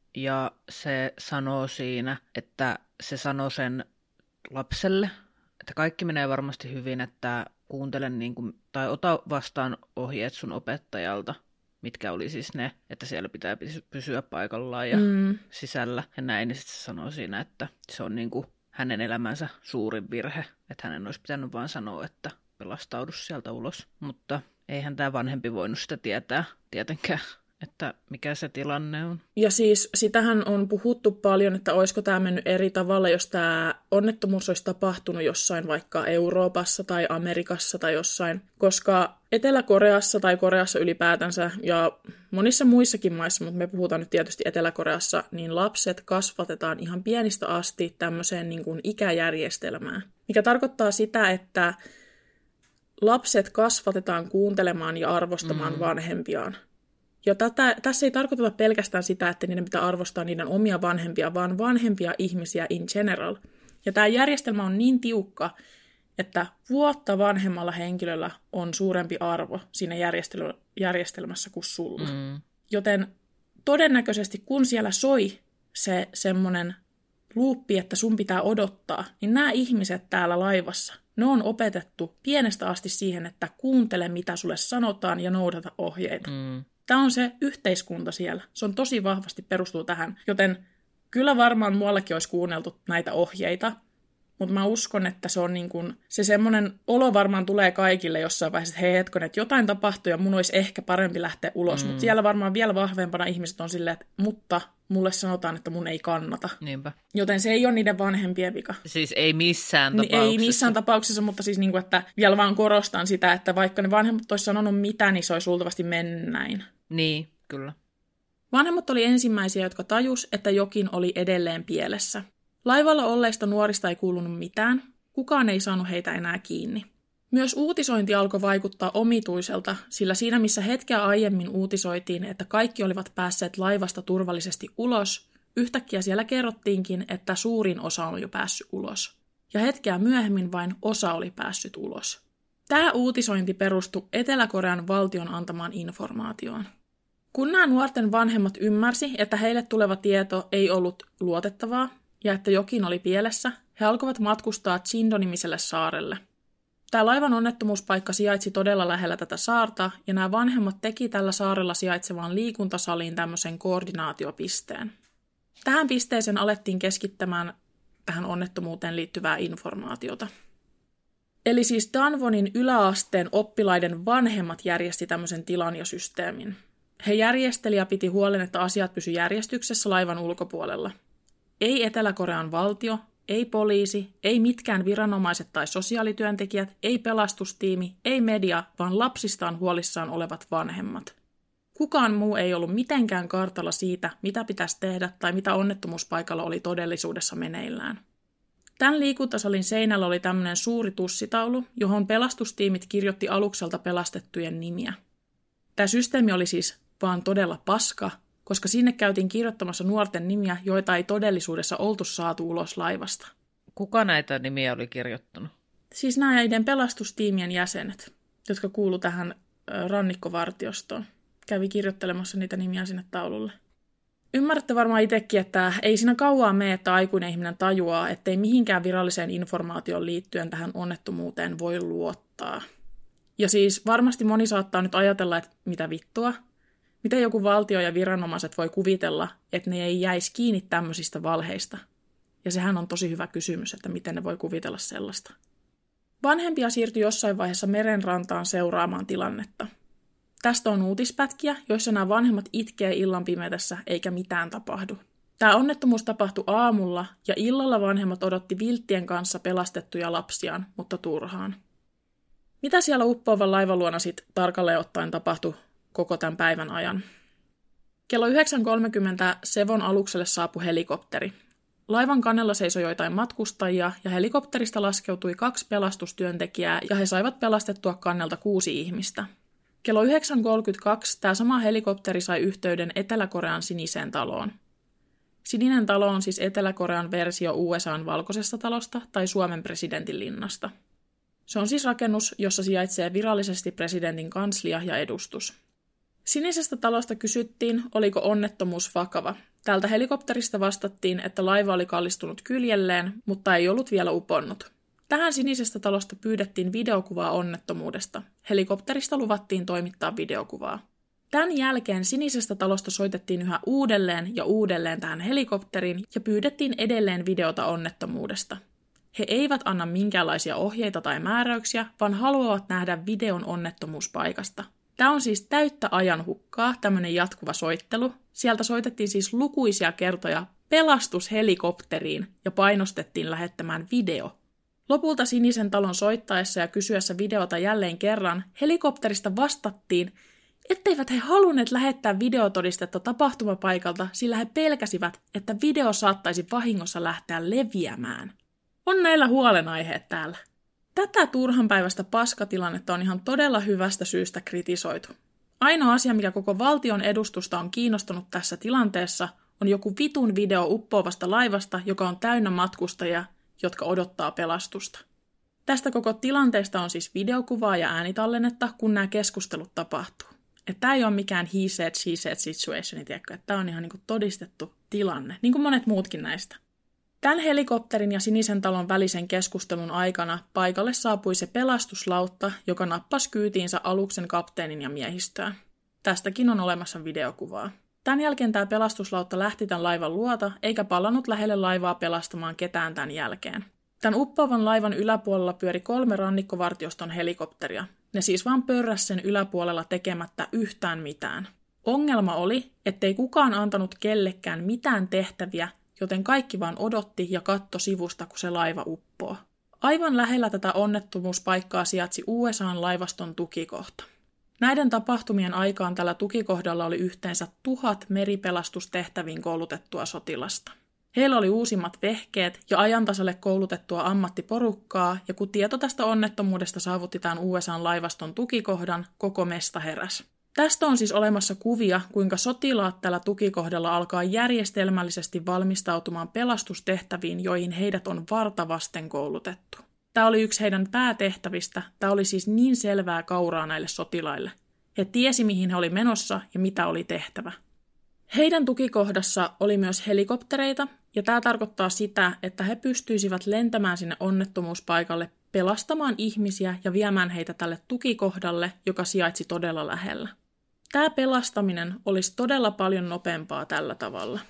ja se sanoo siinä, että se sanoo sen lapselle, että kaikki menee varmasti hyvin, että kuuntele niin kuin, tai ota vastaan ohjeet sun opettajalta, mitkä oli siis ne, että siellä pitää pysyä paikallaan ja mm. sisällä ja näin, niin sitten se sanoo siinä, että se on niin kuin hänen elämänsä suurin virhe, että hänen olisi pitänyt vaan sanoa, että pelastaudu sieltä ulos, mutta eihän tämä vanhempi voinut sitä tietää tietenkään, että mikä se tilanne on. Ja siis sitähän on puhuttu paljon, että olisiko tämä mennyt eri tavalla, jos tämä onnettomuus olisi tapahtunut jossain vaikka Euroopassa tai Amerikassa tai jossain, koska Etelä-Koreassa tai Koreassa ylipäätänsä ja monissa muissakin maissa, mutta me puhutaan nyt tietysti Etelä-Koreassa, niin lapset kasvatetaan ihan pienistä asti tämmöiseen niin kuin ikäjärjestelmään, mikä tarkoittaa sitä, että lapset kasvatetaan kuuntelemaan ja arvostamaan mm. vanhempiaan. Ja tätä, tässä ei tarkoiteta pelkästään sitä, että niiden pitää arvostaa niiden omia vanhempia, vaan vanhempia ihmisiä in general. Ja tämä järjestelmä on niin tiukka, että vuotta vanhemmalla henkilöllä on suurempi arvo siinä järjestelmässä kuin sulla. Mm. Joten todennäköisesti kun siellä soi se semmoinen luuppi, että sun pitää odottaa, niin nämä ihmiset täällä laivassa, ne on opetettu pienestä asti siihen, että kuuntele mitä sulle sanotaan ja noudata ohjeita. Mm. Tämä on se yhteiskunta siellä. Se on tosi vahvasti perustuu tähän. Joten kyllä varmaan muuallakin olisi kuunneltu näitä ohjeita, mutta mä uskon, että se on niin kuin, se semmoinen olo varmaan tulee kaikille jossain vaiheessa, että hei hetkonen, että jotain tapahtuu ja mun olisi ehkä parempi lähteä ulos. Mm. Mutta siellä varmaan vielä vahvempana ihmiset on silleen, että mutta mulle sanotaan, että mun ei kannata. Niinpä. Joten se ei ole niiden vanhempien vika. Siis ei missään tapauksessa. Ei missään tapauksessa, mutta siis niin kuin, että vielä vaan korostan sitä, että vaikka ne vanhemmat olisi sanonut mitä, niin se olisi luultavasti mennyt näin. Niin, kyllä. Vanhemmat oli ensimmäisiä, jotka tajus, että jokin oli edelleen pielessä. Laivalla olleista nuorista ei kuulunut mitään. Kukaan ei saanut heitä enää kiinni. Myös uutisointi alkoi vaikuttaa omituiselta, sillä siinä missä hetkeä aiemmin uutisoitiin, että kaikki olivat päässeet laivasta turvallisesti ulos, yhtäkkiä siellä kerrottiinkin, että suurin osa on jo päässyt ulos. Ja hetkeä myöhemmin vain osa oli päässyt ulos. Tämä uutisointi perustui Etelä-Korean valtion antamaan informaatioon. Kun nämä nuorten vanhemmat ymmärsi, että heille tuleva tieto ei ollut luotettavaa ja että jokin oli pielessä, he alkoivat matkustaa Chindo-nimiselle saarelle. Tämä laivan onnettomuuspaikka sijaitsi todella lähellä tätä saarta, ja nämä vanhemmat teki tällä saarella sijaitsevaan liikuntasaliin tämmöisen koordinaatiopisteen. Tähän pisteeseen alettiin keskittämään tähän onnettomuuteen liittyvää informaatiota. Eli siis Danwonin yläasteen oppilaiden vanhemmat järjesti tämmöisen tilan ja systeemin. He järjesteli ja piti huolen, että asiat pysy järjestyksessä laivan ulkopuolella. Ei Etelä-Korean valtio, ei poliisi, ei mitkään viranomaiset tai sosiaalityöntekijät, ei pelastustiimi, ei media, vaan lapsistaan huolissaan olevat vanhemmat. Kukaan muu ei ollut mitenkään kartalla siitä, mitä pitäisi tehdä tai mitä onnettomuuspaikalla oli todellisuudessa meneillään. Tämän liikuntasalin seinällä oli tämmöinen suuri tussitaulu, johon pelastustiimit kirjoitti alukselta pelastettujen nimiä. Tämä systeemi oli siis vaan todella paska, koska sinne käytiin kirjoittamassa nuorten nimiä, joita ei todellisuudessa oltu saatu ulos laivasta. Kuka näitä nimiä oli kirjoittanut? Siis näiden pelastustiimien jäsenet, jotka kuulu tähän rannikkovartiostoon, kävi kirjoittelemassa niitä nimiä sinne taululle. Ymmärrätte varmaan itsekin, että ei siinä kauaa mene, että aikuinen ihminen tajuaa, ettei mihinkään viralliseen informaatioon liittyen tähän onnettomuuteen voi luottaa. Ja siis varmasti moni saattaa nyt ajatella, että mitä vittua. Miten joku valtio ja viranomaiset voi kuvitella, että ne ei jäisi kiinni tämmöisistä valheista? Ja sehän on tosi hyvä kysymys, että miten ne voi kuvitella sellaista. Vanhempia siirtyi jossain vaiheessa merenrantaan seuraamaan tilannetta. Tästä on uutispätkiä, joissa nämä vanhemmat itkee illan pimeydessä eikä mitään tapahdu. Tämä onnettomuus tapahtui aamulla ja illalla vanhemmat odotti vilttien kanssa pelastettuja lapsiaan, mutta turhaan. Mitä siellä uppoavan laivan luona sitten tarkalleen ottaen tapahtui koko tämän päivän ajan? Kello yhdeksän kolmekymmentä Sevon alukselle saapui helikopteri. Laivan kannella seisoi joitain matkustajia ja helikopterista laskeutui kaksi pelastustyöntekijää ja he saivat pelastettua kannelta kuusi ihmistä. Kello yhdeksän kolmekymmentäkaksi tämä sama helikopteri sai yhteyden Etelä-Korean siniseen taloon. Sininen talo on siis Etelä-Korean versio U S A:n valkoisesta talosta tai Suomen presidentin linnasta. Se on siis rakennus, jossa sijaitsee virallisesti presidentin kanslia ja edustus. Sinisestä talosta kysyttiin, oliko onnettomuus vakava. Tältä helikopterista vastattiin, että laiva oli kallistunut kyljelleen, mutta ei ollut vielä uponnut. Tähän sinisestä talosta pyydettiin videokuvaa onnettomuudesta. Helikopterista luvattiin toimittaa videokuvaa. Tämän jälkeen sinisestä talosta soitettiin yhä uudelleen ja uudelleen tähän helikopteriin ja pyydettiin edelleen videota onnettomuudesta. He eivät anna minkäänlaisia ohjeita tai määräyksiä, vaan haluavat nähdä videon onnettomuuspaikasta. Tämä on siis täyttä ajanhukkaa, tämmöinen jatkuva soittelu. Sieltä soitettiin siis lukuisia kertoja pelastushelikopteriin ja painostettiin lähettämään video. Lopulta Sinisen talon soittaessa ja kysyessä videota jälleen kerran, helikopterista vastattiin, etteivät he halunneet lähettää videotodistetta tapahtumapaikalta, sillä he pelkäsivät, että video saattaisi vahingossa lähteä leviämään. On näillä huolenaiheet täällä. Tätä turhanpäiväistä paskatilannetta on ihan todella hyvästä syystä kritisoitu. Ainoa asia, mikä koko valtion edustusta on kiinnostunut tässä tilanteessa, on joku vitun video uppoavasta laivasta, joka on täynnä matkustajia, jotka odottaa pelastusta. Tästä koko tilanteesta on siis videokuvaa ja äänitallennetta, kun nämä keskustelut tapahtuu. Että tämä ei ole mikään he said, she said situation, tiedätkö? Että tämä on ihan niin kuin todistettu tilanne, niin kuin monet muutkin näistä. Tämän helikopterin ja Sinisen talon välisen keskustelun aikana paikalle saapui se pelastuslautta, joka nappasi kyytiinsä aluksen kapteenin ja miehistöä. Tästäkin on olemassa videokuvaa. Tämän jälkeen tämä pelastuslautta lähti tämän laivan luota, eikä palannut lähelle laivaa pelastamaan ketään tämän jälkeen. Tämän uppoavan laivan yläpuolella pyöri kolme rannikkovartioston helikopteria. Ne siis vaan pörräs sen yläpuolella tekemättä yhtään mitään. Ongelma oli, ettei kukaan antanut kellekään mitään tehtäviä, joten kaikki vaan odotti ja katto sivusta, kun se laiva uppoo. Aivan lähellä tätä onnettomuuspaikkaa sijaitsi U S A:n laivaston tukikohta. Näiden tapahtumien aikaan tällä tukikohdalla oli yhteensä tuhat meripelastustehtäviin koulutettua sotilasta. Heillä oli uusimmat vehkeet ja ajantasalle koulutettua ammattiporukkaa, ja kun tieto tästä onnettomuudesta saavutti tämän U S A:n laivaston tukikohdan, koko mesta heräsi. Tästä on siis olemassa kuvia, kuinka sotilaat tällä tukikohdalla alkaa järjestelmällisesti valmistautumaan pelastustehtäviin, joihin heidät on vartavasten koulutettu. Tämä oli yksi heidän päätehtävistä. Tämä oli siis niin selvää kauraa näille sotilaille. He tiesi, mihin he oli menossa ja mitä oli tehtävä. Heidän tukikohdassa oli myös helikoptereita, ja tämä tarkoittaa sitä, että he pystyisivät lentämään sinne onnettomuuspaikalle, pelastamaan ihmisiä ja viemään heitä tälle tukikohdalle, joka sijaitsi todella lähellä. Tämä pelastaminen olisi todella paljon nopeampaa tällä tavalla.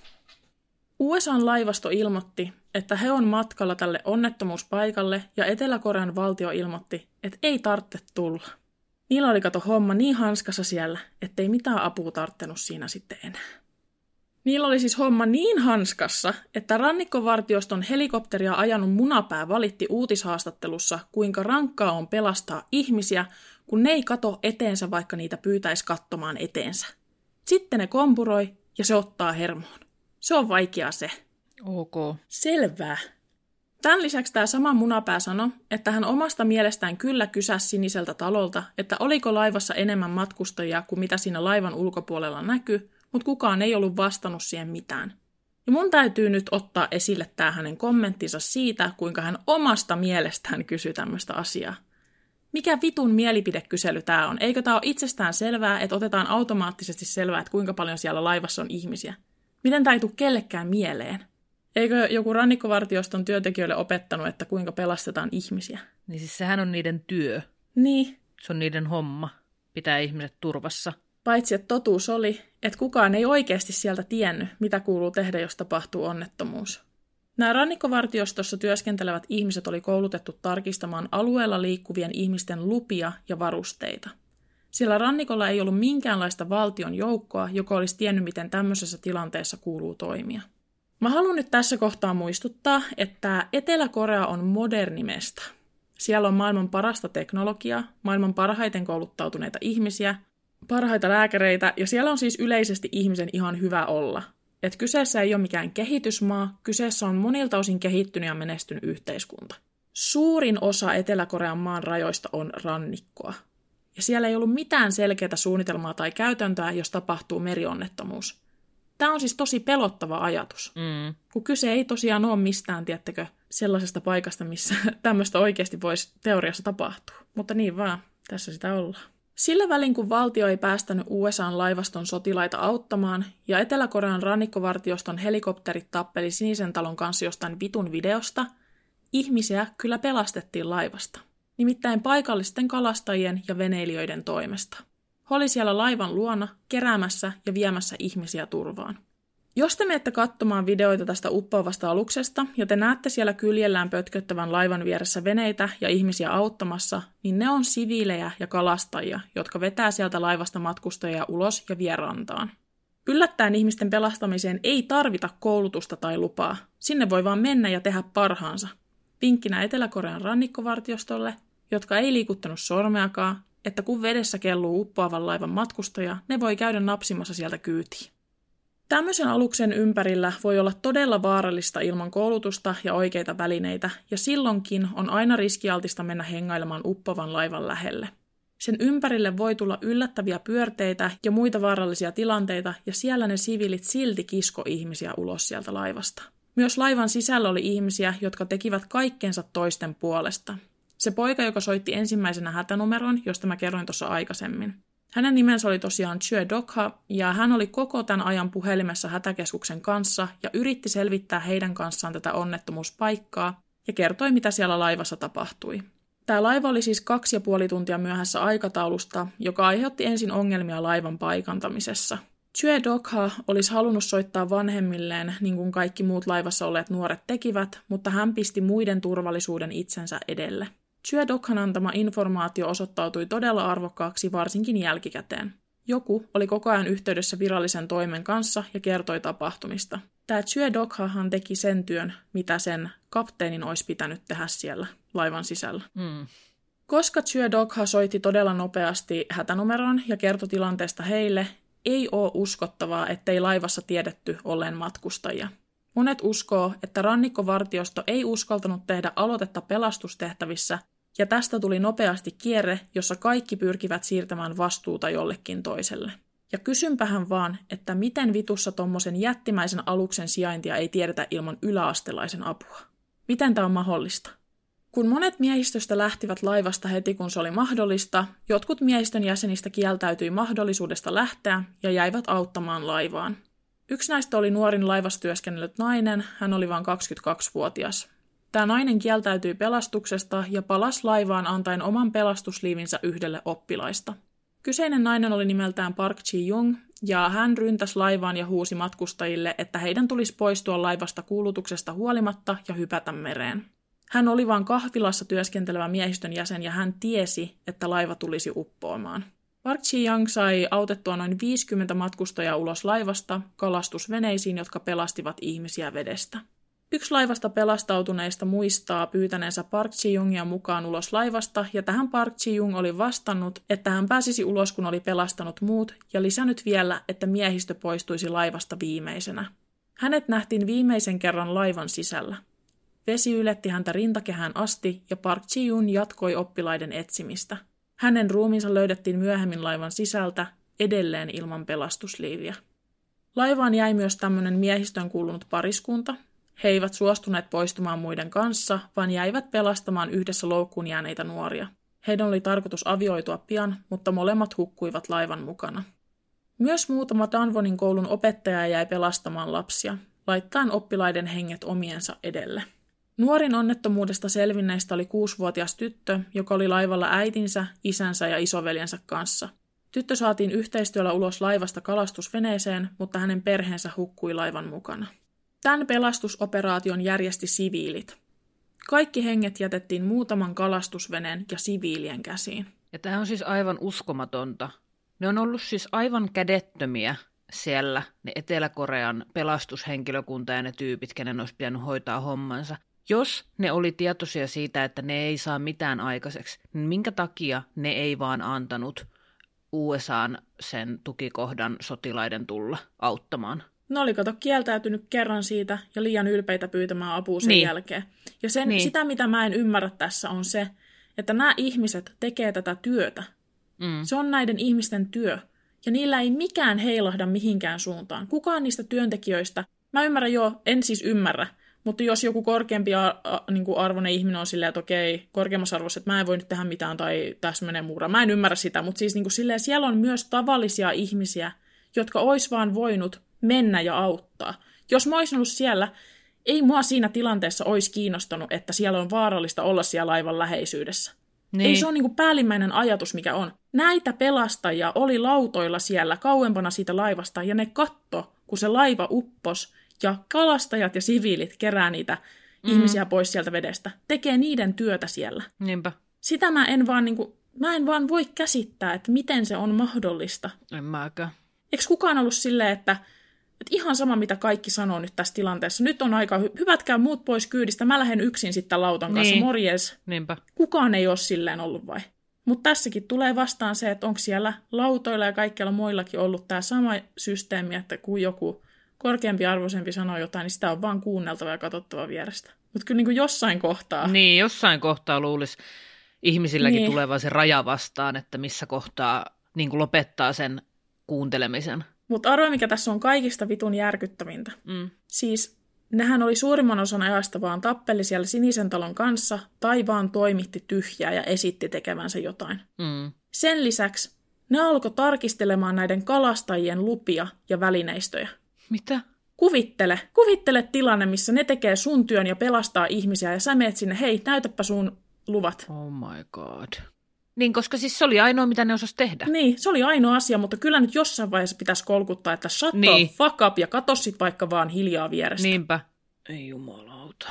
U S A:n laivasto ilmoitti, että he on matkalla tälle onnettomuuspaikalle, ja Etelä-Korean valtio ilmoitti, että ei tarvitse tulla. Niillä oli kato homma niin hanskassa siellä, ettei mitään apua tarttenut siinä sitten enää. Niillä oli siis homma niin hanskassa, että rannikkovartioston helikopteria ajanut munapää valitti uutishaastattelussa, kuinka rankkaa on pelastaa ihmisiä, kun ne ei kato eteensä, vaikka niitä pyytäisi katsomaan eteensä. Sitten ne kompuroi ja se ottaa hermoon. Se on vaikea se. Ok. Selvää. Tämän lisäksi tämä sama munapää sanoi, että hän omasta mielestään kyllä kysäsi Siniseltä talolta, että oliko laivassa enemmän matkustajia kuin mitä siinä laivan ulkopuolella näkyi, mutta kukaan ei ollut vastannut siihen mitään. Ja mun täytyy nyt ottaa esille tämä hänen kommenttinsa siitä, kuinka hän omasta mielestään kysyi tämmöistä asiaa. Mikä vitun mielipidekysely tämä on? Eikö tämä ole itsestään selvää, että otetaan automaattisesti selvää, että kuinka paljon siellä laivassa on ihmisiä? Miten tämä ei tule kellekään mieleen? Eikö joku rannikkovartioston työntekijöille opettanut, että kuinka pelastetaan ihmisiä? Niin siis sehän on niiden työ. Niin. Se on niiden homma, pitää ihmiset turvassa. Paitsi että totuus oli, että kukaan ei oikeasti sieltä tiennyt, mitä kuuluu tehdä, jos tapahtuu onnettomuus. Nämä rannikkovartiostossa työskentelevät ihmiset oli koulutettu tarkistamaan alueella liikkuvien ihmisten lupia ja varusteita. Sillä rannikolla ei ollut minkäänlaista valtion joukkoa, joka olisi tiennyt, miten tämmöisessä tilanteessa kuuluu toimia. Mä haluan nyt tässä kohtaa muistuttaa, että Etelä-Korea on moderni mesta. Siellä on maailman parasta teknologiaa, maailman parhaiten kouluttautuneita ihmisiä, parhaita lääkäreitä, ja siellä on siis yleisesti ihmisen ihan hyvä olla. Et kyseessä ei ole mikään kehitysmaa, kyseessä on monilta osin kehittynyt ja menestynyt yhteiskunta. Suurin osa Etelä-Korean maan rajoista on rannikkoa. Ja siellä ei ollut mitään selkeää suunnitelmaa tai käytäntöä, jos tapahtuu merionnettomuus. Tämä on siis tosi pelottava ajatus, mm. kun kyse ei tosiaan ole mistään, tiettäkö, sellaisesta paikasta, missä tämmöistä oikeasti voisi teoriassa tapahtua. Mutta niin vaan, tässä sitä ollaan. Sillä välin, kun valtio ei päästänyt U S A:n laivaston sotilaita auttamaan, ja Etelä-Korean rannikkovartioston helikopterit tappeli Sinisen talon kanssa jostain vitun videosta, ihmisiä kyllä pelastettiin laivasta. Nimittäin paikallisten kalastajien ja veneilijöiden toimesta. He oli siellä laivan luona, keräämässä ja viemässä ihmisiä turvaan. Jos te menette katsomaan videoita tästä uppoavasta aluksesta ja te näette siellä kyljellään pötköttävän laivan vieressä veneitä ja ihmisiä auttamassa, niin ne on siviilejä ja kalastajia, jotka vetää sieltä laivasta matkustajia ulos ja vie rantaan. Yllättäen ihmisten pelastamiseen ei tarvita koulutusta tai lupaa. Sinne voi vaan mennä ja tehdä parhaansa. Vinkkinä Etelä-Korean rannikkovartiostolle, jotka ei liikuttanut sormeakaan, että kun vedessä kelluu uppoavan laivan matkustaja, ne voi käydä napsimassa sieltä kyytiin. Tämmöisen aluksen ympärillä voi olla todella vaarallista ilman koulutusta ja oikeita välineitä, ja silloinkin on aina riskialtista mennä hengailemaan uppoavan laivan lähelle. Sen ympärille voi tulla yllättäviä pyörteitä ja muita vaarallisia tilanteita, ja siellä ne siviilit silti kisko ihmisiä ulos sieltä laivasta. Myös laivan sisällä oli ihmisiä, jotka tekivät kaikkensa toisten puolesta. Se poika, joka soitti ensimmäisenä hätänumeron, josta mä kerroin tuossa aikaisemmin. Hänen nimensä oli tosiaan Choi Dok-ha, ja hän oli koko tämän ajan puhelimessa hätäkeskuksen kanssa ja yritti selvittää heidän kanssaan tätä onnettomuuspaikkaa ja kertoi, mitä siellä laivassa tapahtui. Tämä laiva oli siis kaksi ja puoli tuntia myöhässä aikataulusta, joka aiheutti ensin ongelmia laivan paikantamisessa. Choi Dok-ha olisi halunnut soittaa vanhemmilleen, niin kuin kaikki muut laivassa olleet nuoret tekivät, mutta hän pisti muiden turvallisuuden itsensä edelle. Choi Dok-han antama informaatio osoittautui todella arvokkaaksi varsinkin jälkikäteen. Joku oli koko ajan yhteydessä virallisen toimen kanssa ja kertoi tapahtumista. Tämä Choi Dok-hahan teki sen työn, mitä sen kapteenin olisi pitänyt tehdä siellä laivan sisällä. Mm. Koska Choi Dok-ha soitti todella nopeasti hätänumeron ja kertoi tilanteesta heille, ei ole uskottavaa, ettei laivassa tiedetty olleen matkustajia. Monet uskoo, että rannikkovartiosto ei uskaltanut tehdä aloitetta pelastustehtävissä, ja tästä tuli nopeasti kierre, jossa kaikki pyrkivät siirtämään vastuuta jollekin toiselle. Ja kysynpähän vaan, että miten vitussa tommosen jättimäisen aluksen sijaintia ei tiedetä ilman yläastelaisen apua. Miten tämä on mahdollista? Kun monet miehistöstä lähtivät laivasta heti kun se oli mahdollista, jotkut miehistön jäsenistä kieltäytyi mahdollisuudesta lähteä ja jäivät auttamaan laivaan. Yksi näistä oli nuorin laivassa työskennellyt nainen, hän oli vain kaksikymmentäkaksivuotias. Tämä nainen kieltäytyi pelastuksesta ja palasi laivaan antaen oman pelastusliivinsä yhdelle oppilaista. Kyseinen nainen oli nimeltään Park Ji-jung, ja hän ryntäsi laivaan ja huusi matkustajille, että heidän tulisi poistua laivasta kuulutuksesta huolimatta ja hypätä mereen. Hän oli vain kahvilassa työskentelevä miehistön jäsen ja hän tiesi, että laiva tulisi uppoamaan. Park Ji-jung sai autettua noin viisikymmentä matkustajaa ulos laivasta kalastusveneisiin, jotka pelastivat ihmisiä vedestä. Yksi laivasta pelastautuneista muistaa pyytäneensä Park Ji-jungia mukaan ulos laivasta, ja tähän Park Ji-jung oli vastannut, että hän pääsisi ulos, kun oli pelastanut muut, ja lisännyt vielä, että miehistö poistuisi laivasta viimeisenä. Hänet nähtiin viimeisen kerran laivan sisällä. Vesi yletti häntä rintakehään asti, ja Park Ji-jung jatkoi oppilaiden etsimistä. Hänen ruumiinsa löydettiin myöhemmin laivan sisältä, edelleen ilman pelastusliiviä. Laivaan jäi myös tämmöinen miehistön kuulunut pariskunta. He eivät suostuneet poistumaan muiden kanssa, vaan jäivät pelastamaan yhdessä loukkuun jääneitä nuoria. Heidän oli tarkoitus avioitua pian, mutta molemmat hukkuivat laivan mukana. Myös muutama Danwonin koulun opettaja jäi pelastamaan lapsia, laittaen oppilaiden henget omiensa edelle. Nuorin onnettomuudesta selvinneistä oli kuusivuotias tyttö, joka oli laivalla äitinsä, isänsä ja isoveljensä kanssa. Tyttö saatiin yhteistyöllä ulos laivasta kalastusveneeseen, mutta hänen perheensä hukkui laivan mukana. Tämän pelastusoperaation järjesti siviilit. Kaikki henget jätettiin muutaman kalastusveneen ja siviilien käsiin. Ja tämä on siis aivan uskomatonta. Ne on ollut siis aivan kädettömiä siellä, ne Etelä-Korean pelastushenkilökunta ja ne tyypit, kenen olisi pitänyt hoitaa hommansa. Jos ne oli tietoisia siitä, että ne ei saa mitään aikaiseksi, niin minkä takia ne ei vaan antanut U S A:n sen tukikohdan sotilaiden tulla auttamaan? Ne oli kato kieltäytynyt kerran siitä ja liian ylpeitä pyytämään apua sen niin. jälkeen. Ja sen, niin. sitä, mitä mä en ymmärrä tässä, on se, että nämä ihmiset tekee tätä työtä. Mm. Se on näiden ihmisten työ. Ja niillä ei mikään heilahda mihinkään suuntaan. Kukaan niistä työntekijöistä, mä ymmärrän jo, en siis ymmärrä, mutta jos joku korkeampi a, a, niin kuin arvoinen ihminen on silleen, että okei, korkeammassa arvossa, että mä en voi nyt tehdä mitään tai tässä menee muura. Mä en ymmärrä sitä, mutta siis niin kuin silleen, siellä on myös tavallisia ihmisiä, jotka ois vaan voinut mennä ja auttaa. Jos mä olisin ollut siellä, ei mua siinä tilanteessa olisi kiinnostanut, että siellä on vaarallista olla siellä laivan läheisyydessä. Niin. Ei se ole niin kuin päällimmäinen ajatus, mikä on. Näitä pelastajia oli lautoilla siellä kauempana siitä laivasta, ja ne katto, kun se laiva uppos, ja kalastajat ja siviilit kerää niitä mm. ihmisiä pois sieltä vedestä. Tekee niiden työtä siellä. Niinpä. Sitä mä en vaan, niin kuin, mä en vaan voi käsittää, että miten se on mahdollista. En mäkään. Eikö kukaan ollut silleen, että, että ihan sama mitä kaikki sanoo nyt tässä tilanteessa. Nyt on aika, hy- hyvätkää muut pois kyydistä, mä lähden yksin sitten lautan kanssa, niin. Morjes. Niinpä. Kukaan ei ole silleen ollut vai? Mutta tässäkin tulee vastaan se, että onko siellä lautoilla ja kaikkialla muillakin ollut tämä sama systeemi, että kun joku korkeampi arvoisempi sanoo jotain, niin sitä on vaan kuunneltava ja katsottava vierestä. Mutta kyllä niin kuin jossain kohtaa. Niin, jossain kohtaa luulisi ihmisilläkin niin. tulevan se raja vastaan, että missä kohtaa niin kuin lopettaa sen kuuntelemisen. Mutta arvoa, mikä tässä on kaikista vitun järkyttävintä. Mm. Siis nehän oli suurimman osan ajasta vaan tappeli siellä Sinisen talon kanssa tai vaan toimitti tyhjää ja esitti tekevänsä jotain. Mm. Sen lisäksi ne alkoi tarkistelemaan näiden kalastajien lupia ja välineistöjä. Mitä? Kuvittele, kuvittele tilanne, missä ne tekee sun työn ja pelastaa ihmisiä ja sä meet sinne, hei, näytäpä sun luvat. Oh my god. Niin, koska siis se oli ainoa, mitä ne osasi tehdä. Niin, se oli ainoa asia, mutta kyllä nyt jossain vaiheessa pitäisi kolkuttaa, että shut niin. the fuck up ja katso sit vaikka vaan hiljaa vierestä. Niinpä. Ei jumalauta.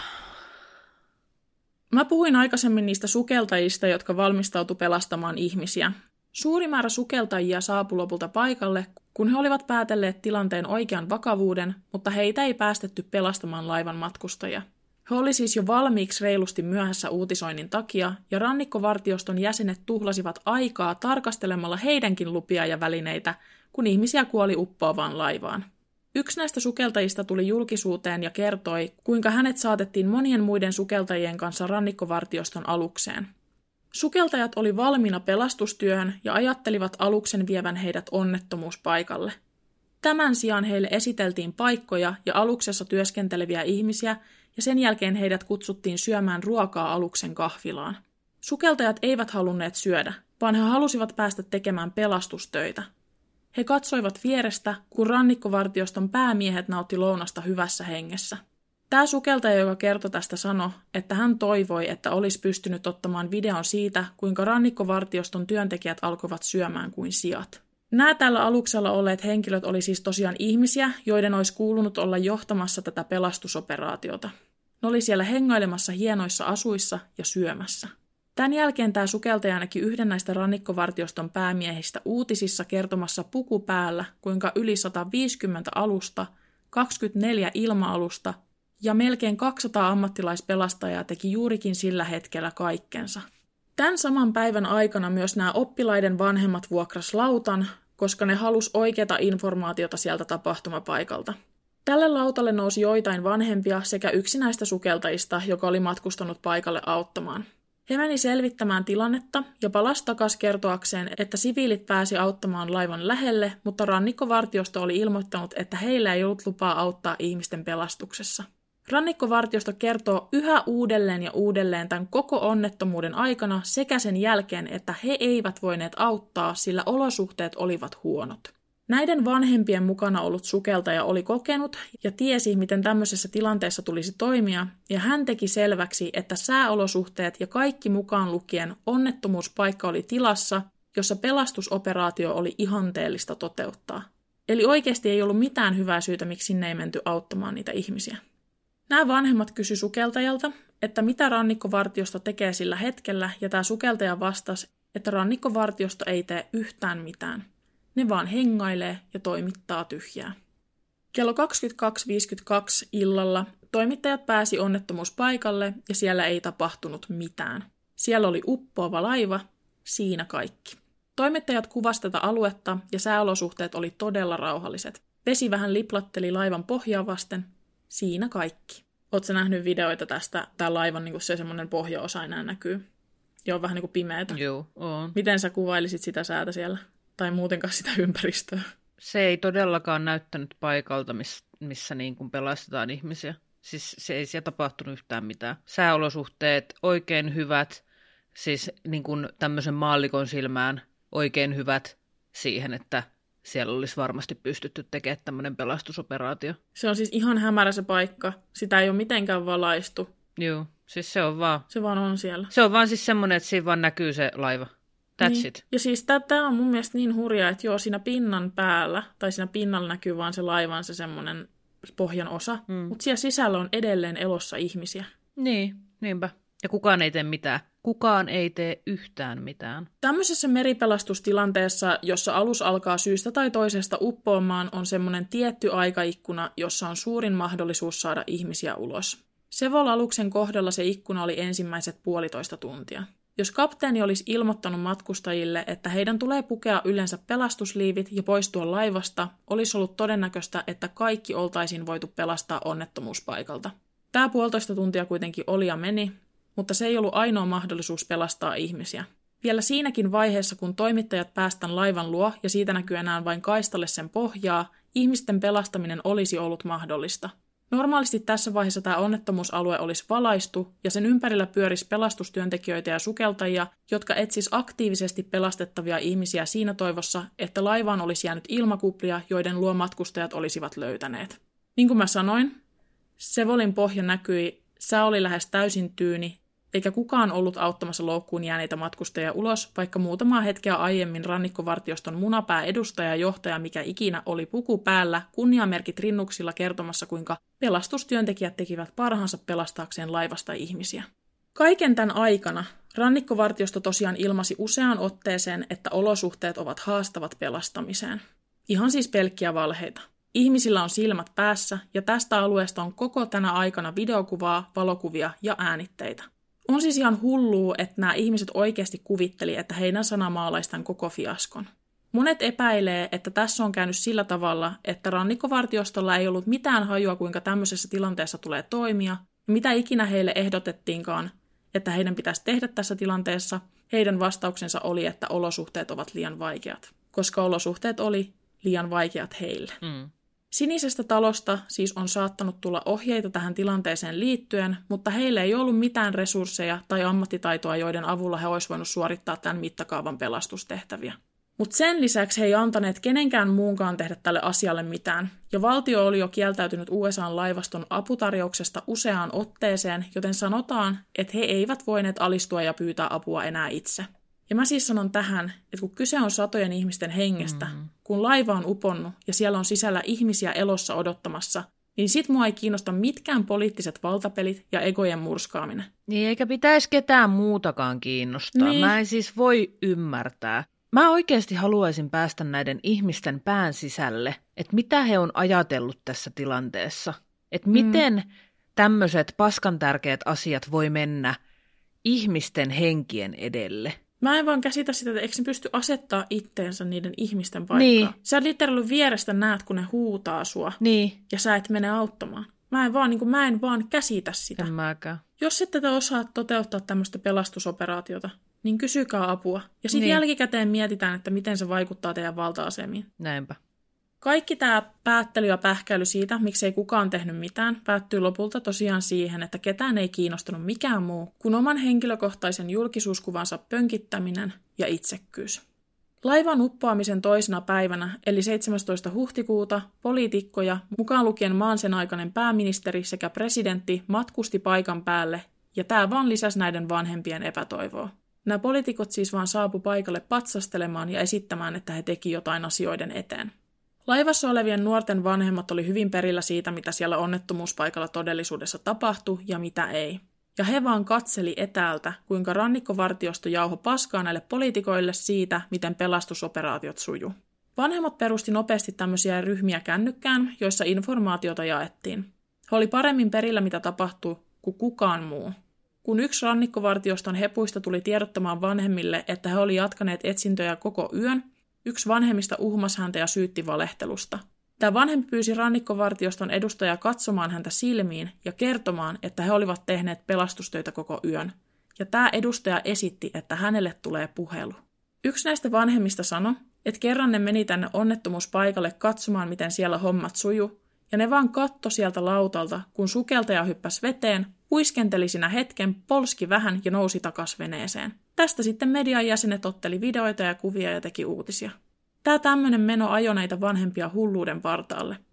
Mä puhuin aikaisemmin niistä sukeltajista, jotka valmistautu pelastamaan ihmisiä. Suuri määrä sukeltajia saapui lopulta paikalle, kun he olivat päätelleet tilanteen oikean vakavuuden, mutta heitä ei päästetty pelastamaan laivan matkustajia. He oli siis jo valmiiksi reilusti myöhässä uutisoinnin takia, ja rannikkovartioston jäsenet tuhlasivat aikaa tarkastelemalla heidänkin lupia ja välineitä, kun ihmisiä kuoli uppoavaan laivaan. Yksi näistä sukeltajista tuli julkisuuteen ja kertoi, kuinka hänet saatettiin monien muiden sukeltajien kanssa rannikkovartioston alukseen. Sukeltajat oli valmiina pelastustyöhön ja ajattelivat aluksen vievän heidät onnettomuuspaikalle. Tämän sijaan heille esiteltiin paikkoja ja aluksessa työskenteleviä ihmisiä, ja sen jälkeen heidät kutsuttiin syömään ruokaa aluksen kahvilaan. Sukeltajat eivät halunneet syödä, vaan he halusivat päästä tekemään pelastustöitä. He katsoivat vierestä, kun rannikkovartioston päämiehet nautti lounasta hyvässä hengessä. Tämä sukeltaja, joka kertoi tästä, sanoi, että hän toivoi, että olisi pystynyt ottamaan videon siitä, kuinka rannikkovartioston työntekijät alkoivat syömään kuin siat. Nämä tällä aluksella olleet henkilöt oli siis tosiaan ihmisiä, joiden olisi kuulunut olla johtamassa tätä pelastusoperaatiota. Ne oli siellä hengailemassa hienoissa asuissa ja syömässä. Tämän jälkeen tämä sukeltaja näki yhden näistä rannikkovartioston päämiehistä uutisissa kertomassa puku päällä, kuinka yli sata viisikymmentä alusta, kaksikymmentäneljä ilma-alusta ja melkein kaksisataa ammattilaispelastajaa teki juurikin sillä hetkellä kaikkensa. Tämän saman päivän aikana myös nämä oppilaiden vanhemmat vuokras lautan, koska ne halus oikeata informaatiota sieltä tapahtumapaikalta. Tälle lautalle nousi joitain vanhempia sekä yksi näistä sukeltajista, joka oli matkustanut paikalle auttamaan. He meni selvittämään tilannetta ja palasi takaisin kertoakseen, että siviilit pääsi auttamaan laivan lähelle, mutta rannikkovartiosto oli ilmoittanut, että heillä ei ollut lupaa auttaa ihmisten pelastuksessa. Rannikkovartiosto kertoo yhä uudelleen ja uudelleen tämän koko onnettomuuden aikana sekä sen jälkeen, että he eivät voineet auttaa, sillä olosuhteet olivat huonot. Näiden vanhempien mukana ollut sukeltaja oli kokenut ja tiesi, miten tämmöisessä tilanteessa tulisi toimia, ja hän teki selväksi, että sääolosuhteet ja kaikki mukaan lukien onnettomuuspaikka oli tilassa, jossa pelastusoperaatio oli ihanteellista toteuttaa. Eli oikeasti ei ollut mitään hyvää syytä, miksi sinne ei menty auttamaan niitä ihmisiä. Nämä vanhemmat kysyi sukeltajalta, että mitä rannikkovartiosto tekee sillä hetkellä, ja tämä sukeltaja vastasi, että rannikkovartiosto ei tee yhtään mitään. Ne vaan hengailee ja toimittaa tyhjää. Kello kaksikymmentäkaksi viisikymmentäkaksi illalla toimittajat pääsi onnettomuuspaikalle ja siellä ei tapahtunut mitään. Siellä oli uppoava laiva, siinä kaikki. Toimittajat kuvasivat tätä aluetta ja sääolosuhteet oli todella rauhalliset. Vesi vähän liplatteli laivan pohjaa vasten, siinä kaikki. Ootko nähnyt videoita tästä? Tämä laivan niin se semmoinen pohjaosa enää näkyy. Ja on vähän niin kuin pimeätä. Joo, on. Miten sä kuvailisit sitä säätä siellä? Tai muutenkaan sitä ympäristöä? Se ei todellakaan näyttänyt paikalta, miss, missä niin kuin pelastetaan ihmisiä. Siis se ei siellä tapahtunut yhtään mitään. Sääolosuhteet oikein hyvät, siis niin kuin tämmöisen maallikon silmään oikein hyvät siihen, että siellä olisi varmasti pystytty tekemään tämmöinen pelastusoperaatio. Se on siis ihan hämärä se paikka. Sitä ei ole mitenkään valaistu. Joo, siis se on vaan. Se vaan on siellä. Se on vaan siis semmoinen, että siinä vaan näkyy se laiva. That's niin. it. Ja siis tämä on mun mielestä niin hurjaa, että joo, siinä pinnan päällä, tai siinä pinnalla näkyy vaan se laivan se semmoinen pohjan osa, mm. mutta siellä sisällä on edelleen elossa ihmisiä. Niin, niinpä. Ja kukaan ei tee mitään. Kukaan ei tee yhtään mitään. Tämmöisessä meripelastustilanteessa, jossa alus alkaa syystä tai toisesta uppoamaan, on semmoinen tietty aikaikkuna, jossa on suurin mahdollisuus saada ihmisiä ulos. Sevol-aluksen kohdalla se ikkuna oli ensimmäiset puolitoista tuntia. Jos kapteeni olisi ilmoittanut matkustajille, että heidän tulee pukea yleensä pelastusliivit ja poistua laivasta, olisi ollut todennäköistä, että kaikki oltaisiin voitu pelastaa onnettomuuspaikalta. Tämä puolitoista tuntia kuitenkin oli ja meni, mutta se ei ollut ainoa mahdollisuus pelastaa ihmisiä. Vielä siinäkin vaiheessa, kun toimittajat päästään laivan luo ja siitä näkyy enää vain kaistalle sen pohjaa, ihmisten pelastaminen olisi ollut mahdollista. Normaalisti tässä vaiheessa tämä onnettomuusalue olisi valaistu ja sen ympärillä pyörisi pelastustyöntekijöitä ja sukeltajia, jotka etsis aktiivisesti pelastettavia ihmisiä siinä toivossa, että laivaan olisi jäänyt ilmakuplia, joiden luo matkustajat olisivat löytäneet. Niin kuin mä sanoin, Sevolin pohja näkyi, sää oli lähes täysin tyyni, eikä kukaan ollut auttamassa loukkuun jääneitä matkustajia ulos, vaikka muutamaa hetkeä aiemmin rannikkovartioston munapää edustaja ja johtaja mikä ikinä oli puku päällä, kunniamerkit rinnuksilla kertomassa, kuinka pelastustyöntekijät tekivät parhaansa pelastaakseen laivasta ihmisiä. Kaiken tämän aikana rannikkovartiosto tosiaan ilmasi useaan otteeseen, että olosuhteet ovat haastavat pelastamiseen. Ihan siis pelkkiä valheita. Ihmisillä on silmät päässä ja tästä alueesta on koko tänä aikana videokuvaa, valokuvia ja äänitteitä. On siis ihan hullua, että nämä ihmiset oikeasti kuvitteli, että heidän sana maalaisi tämän koko fiaskon. Monet epäilee, että tässä on käynyt sillä tavalla, että rannikkovartiostolla ei ollut mitään hajua, kuinka tämmöisessä tilanteessa tulee toimia, ja mitä ikinä heille ehdotettiinkaan, että heidän pitäisi tehdä tässä tilanteessa, heidän vastauksensa oli, että olosuhteet ovat liian vaikeat, koska olosuhteet oli liian vaikeat heille. Mm. Sinisestä talosta siis on saattanut tulla ohjeita tähän tilanteeseen liittyen, mutta heillä ei ollut mitään resursseja tai ammattitaitoa, joiden avulla he olisivat voineet suorittaa tämän mittakaavan pelastustehtäviä. Mutta sen lisäksi he ei antaneet kenenkään muunkaan tehdä tälle asialle mitään, ja valtio oli jo kieltäytynyt U S A:n laivaston aputarjouksesta useaan otteeseen, joten sanotaan, että he eivät voineet alistua ja pyytää apua enää itse. Ja mä siis sanon tähän, että kun kyse on satojen ihmisten hengestä, mm-hmm. kun laiva on uponnut ja siellä on sisällä ihmisiä elossa odottamassa, niin sit mua ei kiinnosta mitkään poliittiset valtapelit ja egojen murskaaminen. Niin eikä pitäisi ketään muutakaan kiinnostaa. Niin. Mä en siis voi ymmärtää. Mä oikeasti haluaisin päästä näiden ihmisten pään sisälle, että mitä he on ajatellut tässä tilanteessa. Että miten mm. tämmöiset paskan tärkeät asiat voi mennä ihmisten henkien edelle. Mä en vaan käsitä sitä, että eikö ne pysty asettaa itteensä niiden ihmisten paikkaan. Niin. Sä literally vierestä näet, kun ne huutaa sua. Niin. Ja sä et mene auttamaan. Mä en vaan, niin kuin, mä en vaan käsitä sitä. En mäkään. Jos ette te osaa toteuttaa tämmöistä pelastusoperaatiota, niin kysykää apua. Ja sitten niin. jälkikäteen mietitään, että miten se vaikuttaa teidän valta-asemiin. Näinpä. Kaikki tämä päättely ja pähkäily siitä, miksei kukaan tehnyt mitään, päättyy lopulta tosiaan siihen, että ketään ei kiinnostanut mikään muu kuin oman henkilökohtaisen julkisuuskuvansa pönkittäminen ja itsekkyys. Laivan uppoamisen toisena päivänä, eli seitsemästoista huhtikuuta, poliitikkoja, mukaan lukien maan sen aikainen pääministeri sekä presidentti, matkusti paikan päälle, ja tämä vaan lisäsi näiden vanhempien epätoivoa. Nämä poliitikot siis vaan saapu paikalle patsastelemaan ja esittämään, että he teki jotain asioiden eteen. Laivassa olevien nuorten vanhemmat oli hyvin perillä siitä, mitä siellä onnettomuuspaikalla todellisuudessa tapahtui ja mitä ei. Ja he vaan katseli etäältä, kuinka rannikkovartiosto jauho paskaa näille poliitikoille siitä, miten pelastusoperaatiot sujuu. Vanhemmat perusti nopeasti tämmöisiä ryhmiä kännykkään, joissa informaatiota jaettiin. He oli paremmin perillä, mitä tapahtui, kuin kukaan muu. Kun yksi rannikkovartioston hepuista tuli tiedottamaan vanhemmille, että he oli jatkaneet etsintöjä koko yön, yksi vanhemmista uhmasi häntä ja syytti valehtelusta. Tämä vanhempi pyysi rannikkovartioston edustajaa katsomaan häntä silmiin ja kertomaan, että he olivat tehneet pelastustöitä koko yön. Ja tämä edustaja esitti, että hänelle tulee puhelu. Yksi näistä vanhemmista sanoi, että kerran ne meni tänne onnettomuuspaikalle katsomaan, miten siellä hommat suju, ja ne vaan katto sieltä lautalta, kun sukeltaja hyppäsi veteen, huiskenteli siinä hetken, polski vähän ja nousi takas veneeseen. Tästä sitten median jäsenet otteli videoita ja kuvia ja teki uutisia. Tämä tämmöinen meno ajoi näitä vanhempia hulluuden partaalle.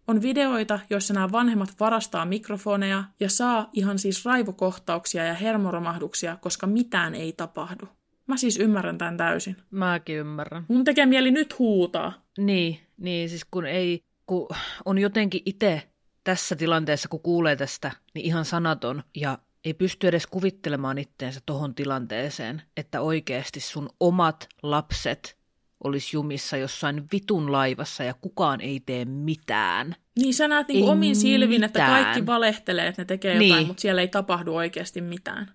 On videoita, joissa nämä vanhemmat varastaa mikrofoneja ja saa ihan siis raivokohtauksia ja hermoromahduksia, koska mitään ei tapahdu. Mä siis ymmärrän tämän täysin. Mäkin ymmärrän. Mun tekee mieli nyt huutaa. Niin, niin siis kun ei, kun on jotenkin itse tässä tilanteessa, kun kuulee tästä, niin ihan sanaton ja ei pysty edes kuvittelemaan itteensä tohon tilanteeseen, että oikeasti sun omat lapset olisi jumissa jossain vitun laivassa ja kukaan ei tee mitään. Niin sä näet niin omin silmin, että kaikki valehtelee, että ne tekee jotain, niin. Mutta siellä ei tapahdu oikeasti mitään.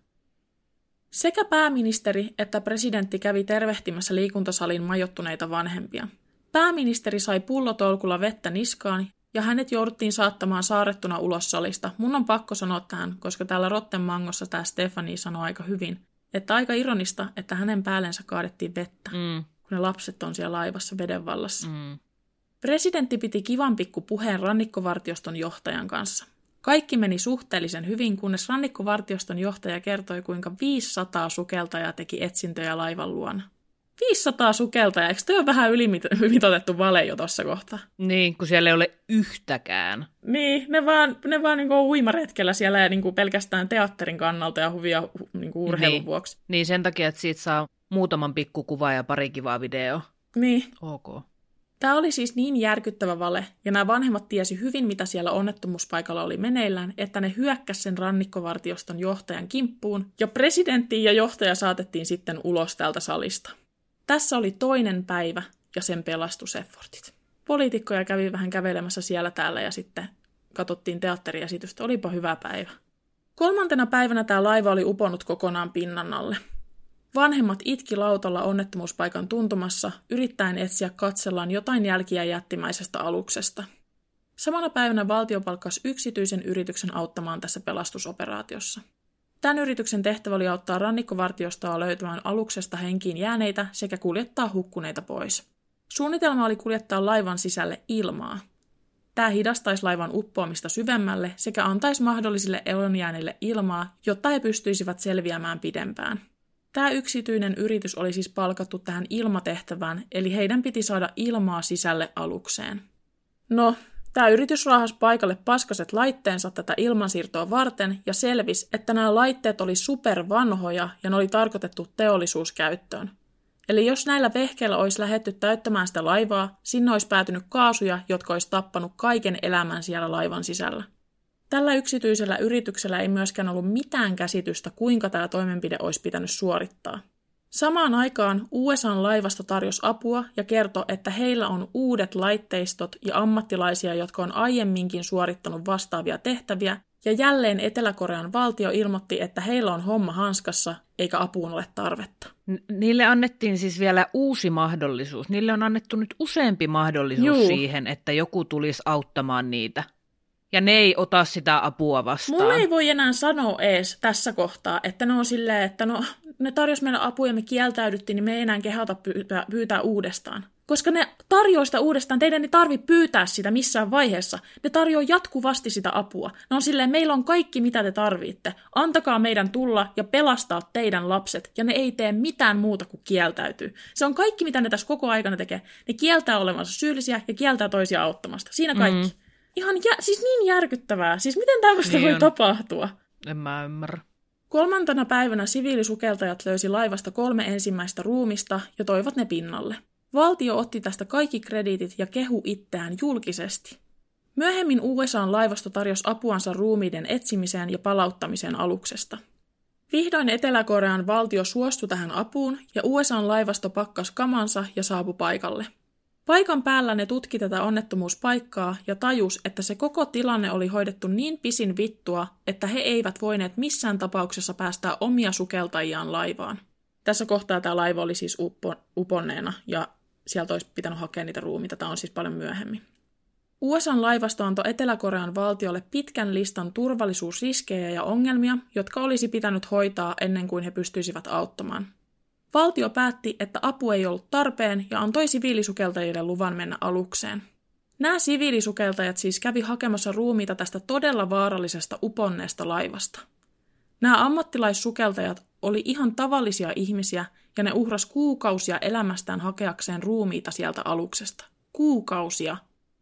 Sekä pääministeri että presidentti kävi tervehtimässä liikuntasalin majoittuneita vanhempia. Pääministeri sai pullotolkulla vettä niskaan ja hänet jouduttiin saattamaan saarettuna ulos salista. Mun on pakko sanoa tähän, koska täällä Rottenmangossa tämä Stefani sanoi aika hyvin, että aika ironista, että hänen päällensä kaadettiin vettä, mm. kun ne lapset on siellä laivassa veden vallassa. Mm. Presidentti piti kivan pikku puheen rannikkovartioston johtajan kanssa. Kaikki meni suhteellisen hyvin, kunnes rannikkovartioston johtaja kertoi, kuinka viisisataa sukeltajaa teki etsintöjä laivan luona. viisisataa sukeltajaa, eikö toi ole vähän ylimitoitettu vale jo tuossa kohtaa? Niin, kun siellä ei ole yhtäkään. Niin, ne vaan, ne vaan niinku uimaretkellä siellä ja niinku pelkästään teatterin kannalta ja huvia niinku urheilun niin. vuoksi. Niin, sen takia, että siitä saa muutaman pikkukuva ja pari kivaa video. Niin. Ok. Tämä oli siis niin järkyttävä vale, ja nämä vanhemmat tiesi hyvin, mitä siellä onnettomuuspaikalla oli meneillään, että ne hyökkäsi sen rannikkovartioston johtajan kimppuun, ja presidentti ja johtaja saatettiin sitten ulos tältä salista. Tässä oli toinen päivä ja sen pelastuseffortit. Poliitikkoja kävi vähän kävelemässä siellä täällä ja sitten katsottiin teatteriesitystä. Olipa hyvä päivä. Kolmantena päivänä tämä laiva oli uponnut kokonaan pinnan alle. Vanhemmat itki lautalla onnettomuuspaikan tuntumassa, yrittäen etsiä katsellaan jotain jälkiä jättimäisestä aluksesta. Samana päivänä valtio palkkasi yksityisen yrityksen auttamaan tässä pelastusoperaatiossa. Tämän yrityksen tehtävä oli auttaa rannikkovartiostoa löytämään aluksesta henkiin jääneitä sekä kuljettaa hukkuneita pois. Suunnitelma oli kuljettaa laivan sisälle ilmaa. Tämä hidastaisi laivan uppoamista syvemmälle sekä antaisi mahdollisille elonjääneille ilmaa, jotta he pystyisivät selviämään pidempään. Tämä yksityinen yritys oli siis palkattu tähän ilmatehtävään, eli heidän piti saada ilmaa sisälle alukseen. No, tämä yritys raahasi paikalle paskaset laitteensa tätä ilmansiirtoa varten ja selvisi, että nämä laitteet oli supervanhoja ja ne oli tarkoitettu teollisuuskäyttöön. Eli jos näillä vehkeillä olisi lähdetty täyttämään sitä laivaa, sinne olisi päätynyt kaasuja, jotka olisi tappanut kaiken elämän siellä laivan sisällä. Tällä yksityisellä yrityksellä ei myöskään ollut mitään käsitystä, kuinka tämä toimenpide olisi pitänyt suorittaa. Samaan aikaan U S A:n laivasto tarjosi apua ja kertoi, että heillä on uudet laitteistot ja ammattilaisia, jotka on aiemminkin suorittanut vastaavia tehtäviä, ja jälleen Etelä-Korean valtio ilmoitti, että heillä on homma hanskassa, eikä apuun ole tarvetta. Niille annettiin siis vielä uusi mahdollisuus. Niille on annettu nyt useampi mahdollisuus Juu. siihen, että joku tulisi auttamaan niitä. Ja ne ei ota sitä apua vastaan. Mulla ei voi enää sanoa ees tässä kohtaa, että ne on silleen, että no, ne tarjosi meille apua ja me kieltäydyttiin, niin me ei enää kehata pyytää, pyytää uudestaan. Koska ne tarjoaa sitä uudestaan, teidän ei tarvitse pyytää sitä missään vaiheessa. Ne tarjoaa jatkuvasti sitä apua. Ne on silleen, meillä on kaikki mitä te tarvitte. Antakaa meidän tulla ja pelastaa teidän lapset. Ja ne ei tee mitään muuta kuin kieltäytyy. Se on kaikki mitä ne tässä koko aikana tekee. Ne kieltää olevansa syyllisiä ja kieltää toisia auttamasta. Siinä kaikki. Mm. Ihan jä, siis niin järkyttävää. Siis miten tämmöistä niin voi on. tapahtua? En mä ymmärrä. Kolmantena päivänä siviilisukeltajat löysi laivasta kolme ensimmäistä ruumista ja toivat ne pinnalle. Valtio otti tästä kaikki krediitit ja kehu itseään julkisesti. Myöhemmin U S A:n laivasto tarjosi apuansa ruumiiden etsimiseen ja palauttamiseen aluksesta. Vihdoin Etelä-Korean valtio suostui tähän apuun ja U S A:n laivasto pakkasi kamansa ja saapui paikalle. Paikan päällä ne tutki tätä onnettomuuspaikkaa ja tajus, että se koko tilanne oli hoidettu niin pisin vittua, että he eivät voineet missään tapauksessa päästää omia sukeltajiaan laivaan. Tässä kohtaa tämä laiva oli siis uppo, uponneena ja sieltä olisi pitänyt hakea niitä ruumiita. Tämä on siis paljon myöhemmin. U S A:n laivasto antoi Etelä-Korean valtiolle pitkän listan turvallisuusriskejä ja ongelmia, jotka olisi pitänyt hoitaa ennen kuin he pystyisivät auttamaan. Valtio päätti, että apu ei ollut tarpeen ja antoi siviilisukeltajille luvan mennä alukseen. Nämä siviilisukeltajat siis kävi hakemassa ruumiita tästä todella vaarallisesta uponneesta laivasta. Nämä ammattilaissukeltajat oli ihan tavallisia ihmisiä ja ne uhras kuukausia elämästään hakeakseen ruumiita sieltä aluksesta. Kuukausia.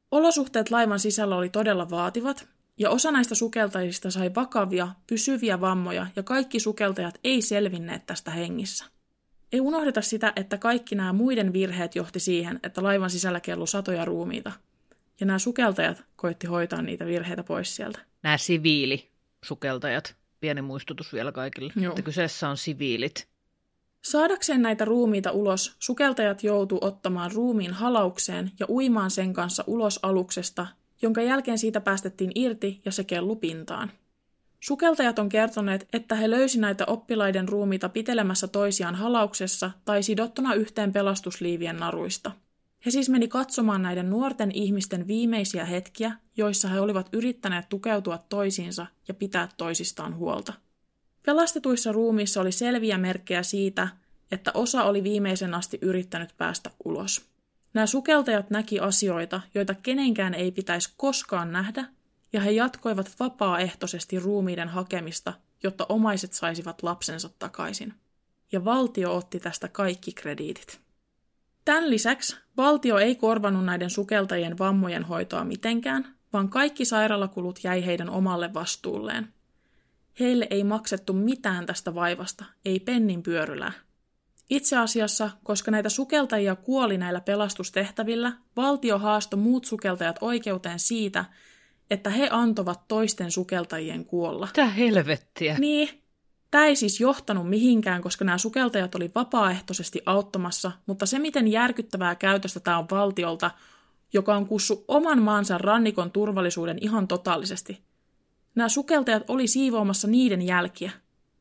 Olosuhteet laivan sisällä oli todella vaativat, ja osa näistä sukeltajista sai vakavia, pysyviä vammoja, ja kaikki sukeltajat ei selvinneet tästä hengissä. Ei unohdeta sitä, että kaikki nämä muiden virheet johti siihen, että laivan sisällä kellui satoja ruumiita. Ja nämä sukeltajat koitti hoitaa niitä virheitä pois sieltä. Nämä siviilisukeltajat. Pieni muistutus vielä kaikille, Joo. että kyseessä on siviilit. Saadakseen näitä ruumiita ulos, sukeltajat joutuu ottamaan ruumiin halaukseen ja uimaan sen kanssa ulos aluksesta, jonka jälkeen siitä päästettiin irti ja se kellu pintaan. Sukeltajat on kertoneet, että he löysi näitä oppilaiden ruumiita pitelemässä toisiaan halauksessa tai sidottuna yhteen pelastusliivien naruista. He siis meni katsomaan näiden nuorten ihmisten viimeisiä hetkiä, joissa he olivat yrittäneet tukeutua toisiinsa ja pitää toisistaan huolta. Pelastetuissa ruumiissa oli selviä merkkejä siitä, että osa oli viimeisen asti yrittänyt päästä ulos. Nämä sukeltajat näki asioita, joita kenenkään ei pitäisi koskaan nähdä, ja he jatkoivat vapaaehtoisesti ruumiiden hakemista, jotta omaiset saisivat lapsensa takaisin. Ja valtio otti tästä kaikki krediitit. Tämän lisäksi valtio ei korvannut näiden sukeltajien vammojen hoitoa mitenkään, vaan kaikki sairaalakulut jäi heidän omalle vastuulleen. Heille ei maksettu mitään tästä vaivasta, ei pennin pyörylää. Itse asiassa, koska näitä sukeltajia kuoli näillä pelastustehtävillä, valtio haastoi muut sukeltajat oikeuteen siitä, että he antovat toisten sukeltajien kuolla. Mitä helvettiä? Niin. Tämä ei siis johtanut mihinkään, koska nämä sukeltajat oli vapaaehtoisesti auttamassa, mutta se miten järkyttävää käytöstä tämä on valtiolta, joka on kussu oman maansa rannikon turvallisuuden ihan totaalisesti. Nämä sukeltajat oli siivoamassa niiden jälkiä.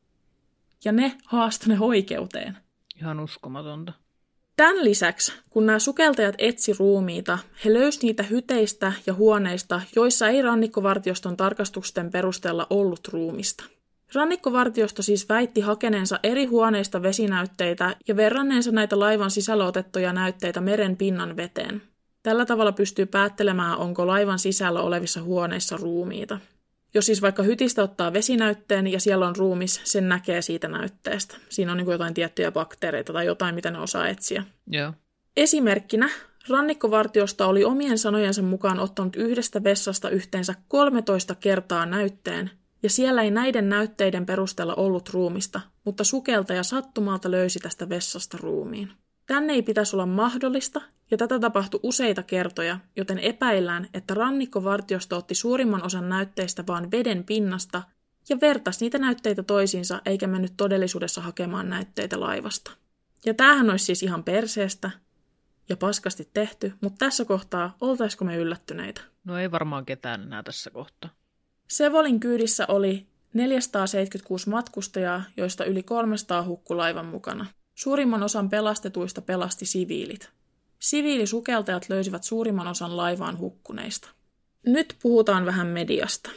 Ja ne haastoi ne oikeuteen. Ihan uskomatonta. Tämän lisäksi, kun nämä sukeltajat etsi ruumiita, he löysivät niitä hyteistä ja huoneista, joissa ei rannikkovartioston tarkastusten perusteella ollut ruumista. Rannikkovartiosto siis väitti hakeneensa eri huoneista vesinäytteitä ja verranneensa näitä laivan sisällä otettuja näytteitä meren pinnan veteen. Tällä tavalla pystyy päättelemään, onko laivan sisällä olevissa huoneissa ruumiita. Jos siis vaikka hytistä ottaa vesinäytteen ja siellä on ruumis, sen näkee siitä näytteestä. Siinä on niin kuin jotain tiettyjä bakteereita tai jotain, mitä ne osaa etsiä. Joo. Esimerkkinä rannikkovartiosta oli omien sanojensa mukaan ottanut yhdestä vessasta yhteensä kolmetoista kertaa näytteen, ja siellä ei näiden näytteiden perusteella ollut ruumista, mutta sukeltaja sattumalta löysi tästä vessasta ruumiin. Tänne ei pitäisi olla mahdollista, ja tätä tapahtui useita kertoja, joten epäillään, että rannikkovartiosto otti suurimman osan näytteistä vaan veden pinnasta ja vertasi niitä näytteitä toisiinsa, eikä mennyt todellisuudessa hakemaan näytteitä laivasta. Ja tämähän olisi siis ihan perseestä ja paskasti tehty, mutta tässä kohtaa oltaisiko me yllättyneitä? No ei varmaan ketään enää tässä kohtaa. Sevolin kyydissä oli neljäsataaseitsemänkymmentäkuusi matkustajaa, joista yli kolmesataa hukkui laivan mukana. Suurimman osan pelastetuista pelasti siviilit. Siviilisukeltajat löysivät suurimman osan laivaan hukkuneista. Nyt puhutaan vähän mediasta.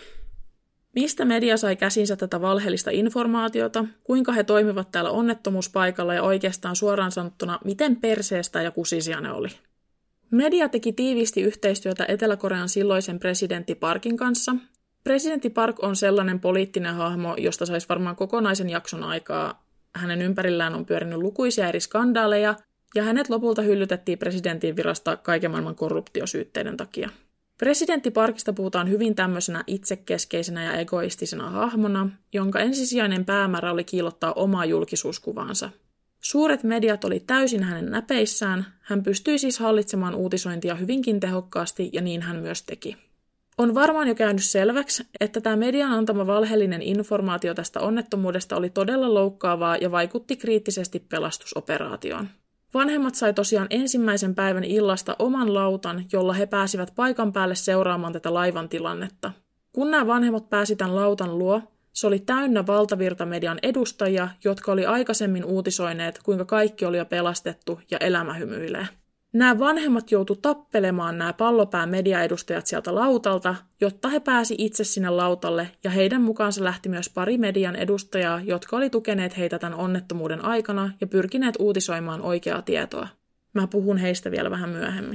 Mistä media sai käsinsä tätä valheellista informaatiota, kuinka he toimivat täällä onnettomuuspaikalla ja oikeastaan suoraan sanottuna, miten perseestä ja kusisia ne oli. Media teki tiiviisti yhteistyötä Etelä-Korean silloisen presidentti Parkin kanssa. Presidentti Park on sellainen poliittinen hahmo, josta saisi varmaan kokonaisen jakson aikaa. Hänen ympärillään on pyörinyt lukuisia eri skandaaleja, ja hänet lopulta hyllytettiin presidentin virasta kaiken maailman korruptiosyytteiden takia. Presidentti Parkista puhutaan hyvin tämmöisenä itsekeskeisenä ja egoistisena hahmona, jonka ensisijainen päämäärä oli kiillottaa omaa julkisuuskuvaansa. Suuret mediat oli täysin hänen näpeissään, hän pystyi siis hallitsemaan uutisointia hyvinkin tehokkaasti, ja niin hän myös teki. On varmaan jo käynyt selväksi, että tämä median antama valheellinen informaatio tästä onnettomuudesta oli todella loukkaavaa ja vaikutti kriittisesti pelastusoperaatioon. Vanhemmat sai tosiaan ensimmäisen päivän illasta oman lautan, jolla he pääsivät paikan päälle seuraamaan tätä laivan tilannetta. Kun nämä vanhemmat pääsi tämän lautan luo, se oli täynnä valtavirtamedian edustajia, jotka oli aikaisemmin uutisoineet, kuinka kaikki oli jo pelastettu ja elämä hymyilee. Nämä vanhemmat joutu tappelemaan nämä pallopään mediaedustajat sieltä lautalta, jotta he pääsi itse sinne lautalle, ja heidän mukaansa lähti myös pari median edustajaa, jotka oli tukeneet heitä tämän onnettomuuden aikana ja pyrkineet uutisoimaan oikeaa tietoa. Mä puhun heistä vielä vähän myöhemmin.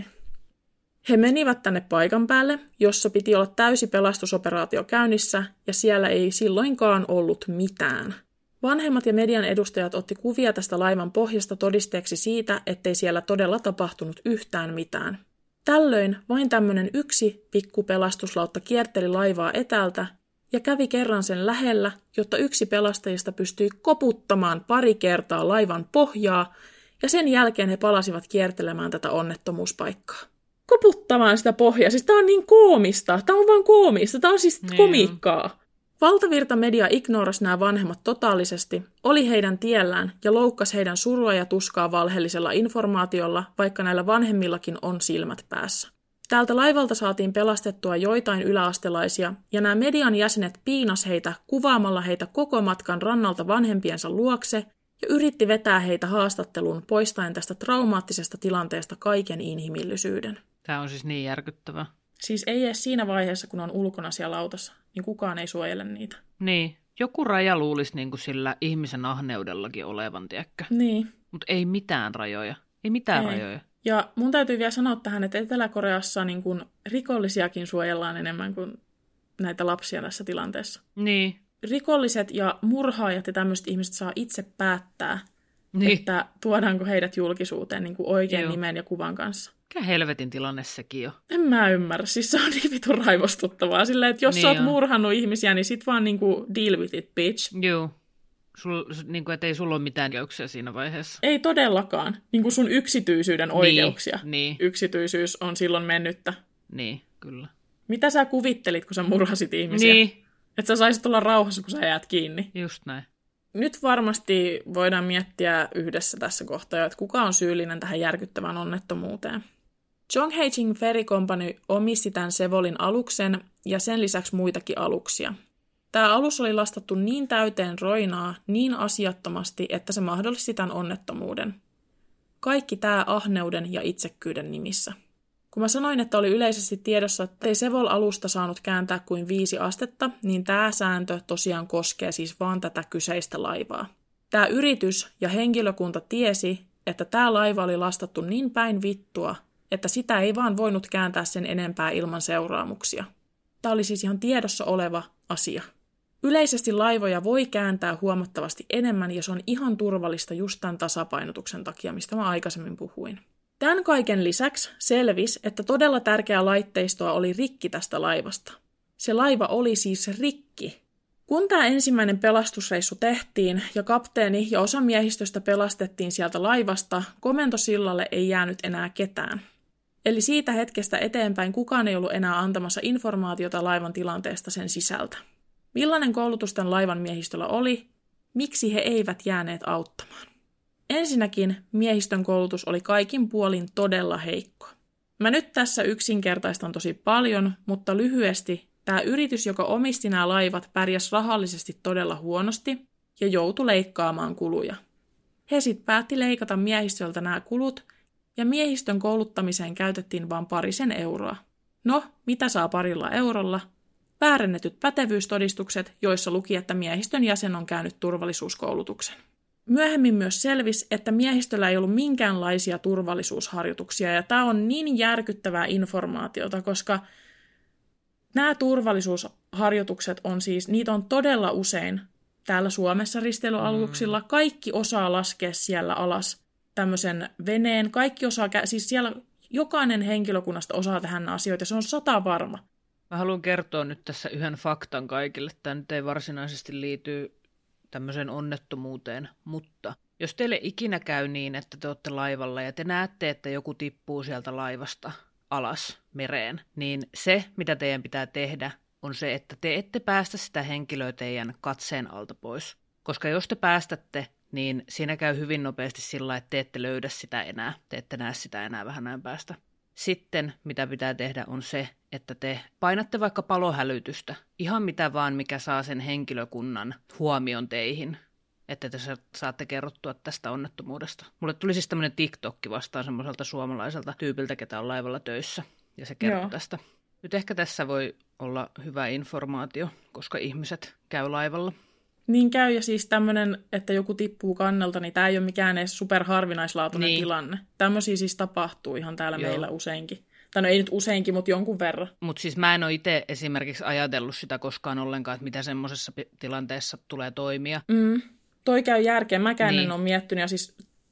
He menivät tänne paikan päälle, jossa piti olla täysi pelastusoperaatio käynnissä, ja siellä ei silloinkaan ollut mitään. Vanhemmat ja median edustajat otti kuvia tästä laivan pohjasta todisteeksi siitä, ettei siellä todella tapahtunut yhtään mitään. Tällöin vain tämmöinen yksi pikku pelastuslautta kierteli laivaa etäältä ja kävi kerran sen lähellä, jotta yksi pelastajista pystyi koputtamaan pari kertaa laivan pohjaa, ja sen jälkeen he palasivat kiertelemään tätä onnettomuuspaikkaa. Koputtamaan sitä pohjaa. Siis tää on niin koomista. Tää on vaan koomista. Tää on siis niin. komiikkaa. Valtavirtamedia ignorasi nämä vanhemmat totaalisesti, oli heidän tiellään ja loukkasi heidän surua ja tuskaa valheellisella informaatiolla, vaikka näillä vanhemmillakin on silmät päässä. Täältä laivalta saatiin pelastettua joitain yläastelaisia, ja nämä median jäsenet piinas heitä kuvaamalla heitä koko matkan rannalta vanhempiensa luokse ja yritti vetää heitä haastatteluun poistaen tästä traumaattisesta tilanteesta kaiken inhimillisyyden. Tämä on siis niin järkyttävää. Siis ei edes siinä vaiheessa, kun on ulkona siellä autossa, niin kukaan ei suojele niitä. Niin, joku raja luulisi niin kuin sillä ihmisen ahneudellakin olevan, tiedätkö? Niin. Mutta ei mitään rajoja. Ei mitään ei. rajoja. Ja mun täytyy vielä sanoa tähän, että Etelä-Koreassa niin kun rikollisiakin suojellaan enemmän kuin näitä lapsia tässä tilanteessa. Niin. Rikolliset ja murhaajat ja tämmöiset ihmiset saa itse päättää, niin. että tuodaanko heidät julkisuuteen niin kuin oikean Joo. nimen ja kuvan kanssa. Mikä helvetin tilanne sekin on? En mä ymmärrä. Siis se on niin vitun raivostuttavaa. Silleen, että jos niin sä oot on. murhannut ihmisiä, niin sit vaan niinku deal with it, bitch. Joo. Sul, niin kuin, että ei sulla ole mitään oikeuksia siinä vaiheessa. Ei todellakaan. Niin kuin sun yksityisyyden oikeuksia. Niin, niin. Yksityisyys on silloin mennyttä. Niin, kyllä. Mitä sä kuvittelit, kun sä murhasit ihmisiä? Niin. Että sä saisit olla rauhassa, kun sä jäät kiinni. Just näin. Nyt varmasti voidaan miettiä yhdessä tässä kohtaa, että kuka on syyllinen tähän järkyttävään onnettomuuteen. Chonghaejing Ferry Company omisti tämän Sevolin aluksen ja sen lisäksi muitakin aluksia. Tämä alus oli lastattu niin täyteen roinaa niin asiattomasti, että se mahdollisti tämän onnettomuuden. Kaikki tämä ahneuden ja itsekkyyden nimissä. Kun mä sanoin, että oli yleisesti tiedossa, että ei Sevol-alusta saanut kääntää kuin viisi astetta, niin tämä sääntö tosiaan koskee siis vaan tätä kyseistä laivaa. Tämä yritys ja henkilökunta tiesi, että tämä laiva oli lastattu niin päin vittua, että sitä ei vaan voinut kääntää sen enempää ilman seuraamuksia. Tämä oli siis ihan tiedossa oleva asia. Yleisesti laivoja voi kääntää huomattavasti enemmän ja se on ihan turvallista just tämän tasapainotuksen takia, mistä mä aikaisemmin puhuin. Tämän kaiken lisäksi selvisi, että todella tärkeää laitteistoa oli rikki tästä laivasta. Se laiva oli siis rikki. Kun tämä ensimmäinen pelastusreissu tehtiin ja kapteeni ja osa miehistöstä pelastettiin sieltä laivasta, komentosillalle ei jäänyt enää ketään. Eli siitä hetkestä eteenpäin kukaan ei ollut enää antamassa informaatiota laivan tilanteesta sen sisältä. Millainen koulutus tämän laivan miehistöllä oli? Miksi he eivät jääneet auttamaan? Ensinnäkin miehistön koulutus oli kaikin puolin todella heikko. Mä nyt tässä yksinkertaistan tosi paljon, mutta lyhyesti tämä yritys, joka omisti nämä laivat, pärjäsi rahallisesti todella huonosti ja joutui leikkaamaan kuluja. He sitten päätti leikata miehistöltä nämä kulut, ja miehistön kouluttamiseen käytettiin vain parisen euroa. No, mitä saa parilla eurolla? Väärennetyt pätevyystodistukset, joissa luki, että miehistön jäsen on käynyt turvallisuuskoulutuksen. Myöhemmin myös selvisi, että miehistöllä ei ollut minkäänlaisia turvallisuusharjoituksia, ja tämä on niin järkyttävää informaatiota, koska nämä turvallisuusharjoitukset on siis, niitä on todella usein täällä Suomessa risteilyaluksilla. Kaikki osaa laskea siellä alas tämmöisen veneen. Kaikki osaa, siis siellä jokainen henkilökunnasta osaa tehdä nämä asioita, se on sata varma. Mä haluan kertoa nyt tässä yhden faktan kaikille. Tämä nyt ei varsinaisesti liity tämmöiseen onnettomuuteen, mutta jos teille ikinä käy niin, että te olette laivalla ja te näette, että joku tippuu sieltä laivasta alas mereen, niin se, mitä teidän pitää tehdä, on se, että te ette päästä sitä henkilöä teidän katseen alta pois. Koska jos te päästätte, niin siinä käy hyvin nopeasti sillä, että te ette löydä sitä enää, te ette näe sitä enää vähän ajan päästä. Sitten, mitä pitää tehdä, on se, että te painatte vaikka palohälytystä, ihan mitä vaan, mikä saa sen henkilökunnan huomion teihin, että te saatte kerrottua tästä onnettomuudesta. Mulle tuli siis tämmöinen TikTokki vastaan semmoiselta suomalaiselta tyypiltä, ketä on laivalla töissä, ja se kertoo Joo. tästä. Nyt ehkä tässä voi olla hyvä informaatio, koska ihmiset käy laivalla. Niin käy, ja siis tämmöinen, että joku tippuu kannelta, niin tämä ei ole mikään edes superharvinaislaatuinen niin. tilanne. Tämmöisiä siis tapahtuu ihan täällä Joo. meillä useinkin. Tai no ei nyt useinkin, mutta jonkun verran. Mutta siis mä en ole itse esimerkiksi ajatellut sitä koskaan ollenkaan, että mitä semmoisessa tilanteessa tulee toimia. Mm. Toi käy järkeä. Mäkään niin. en ole miettinyt, ja siis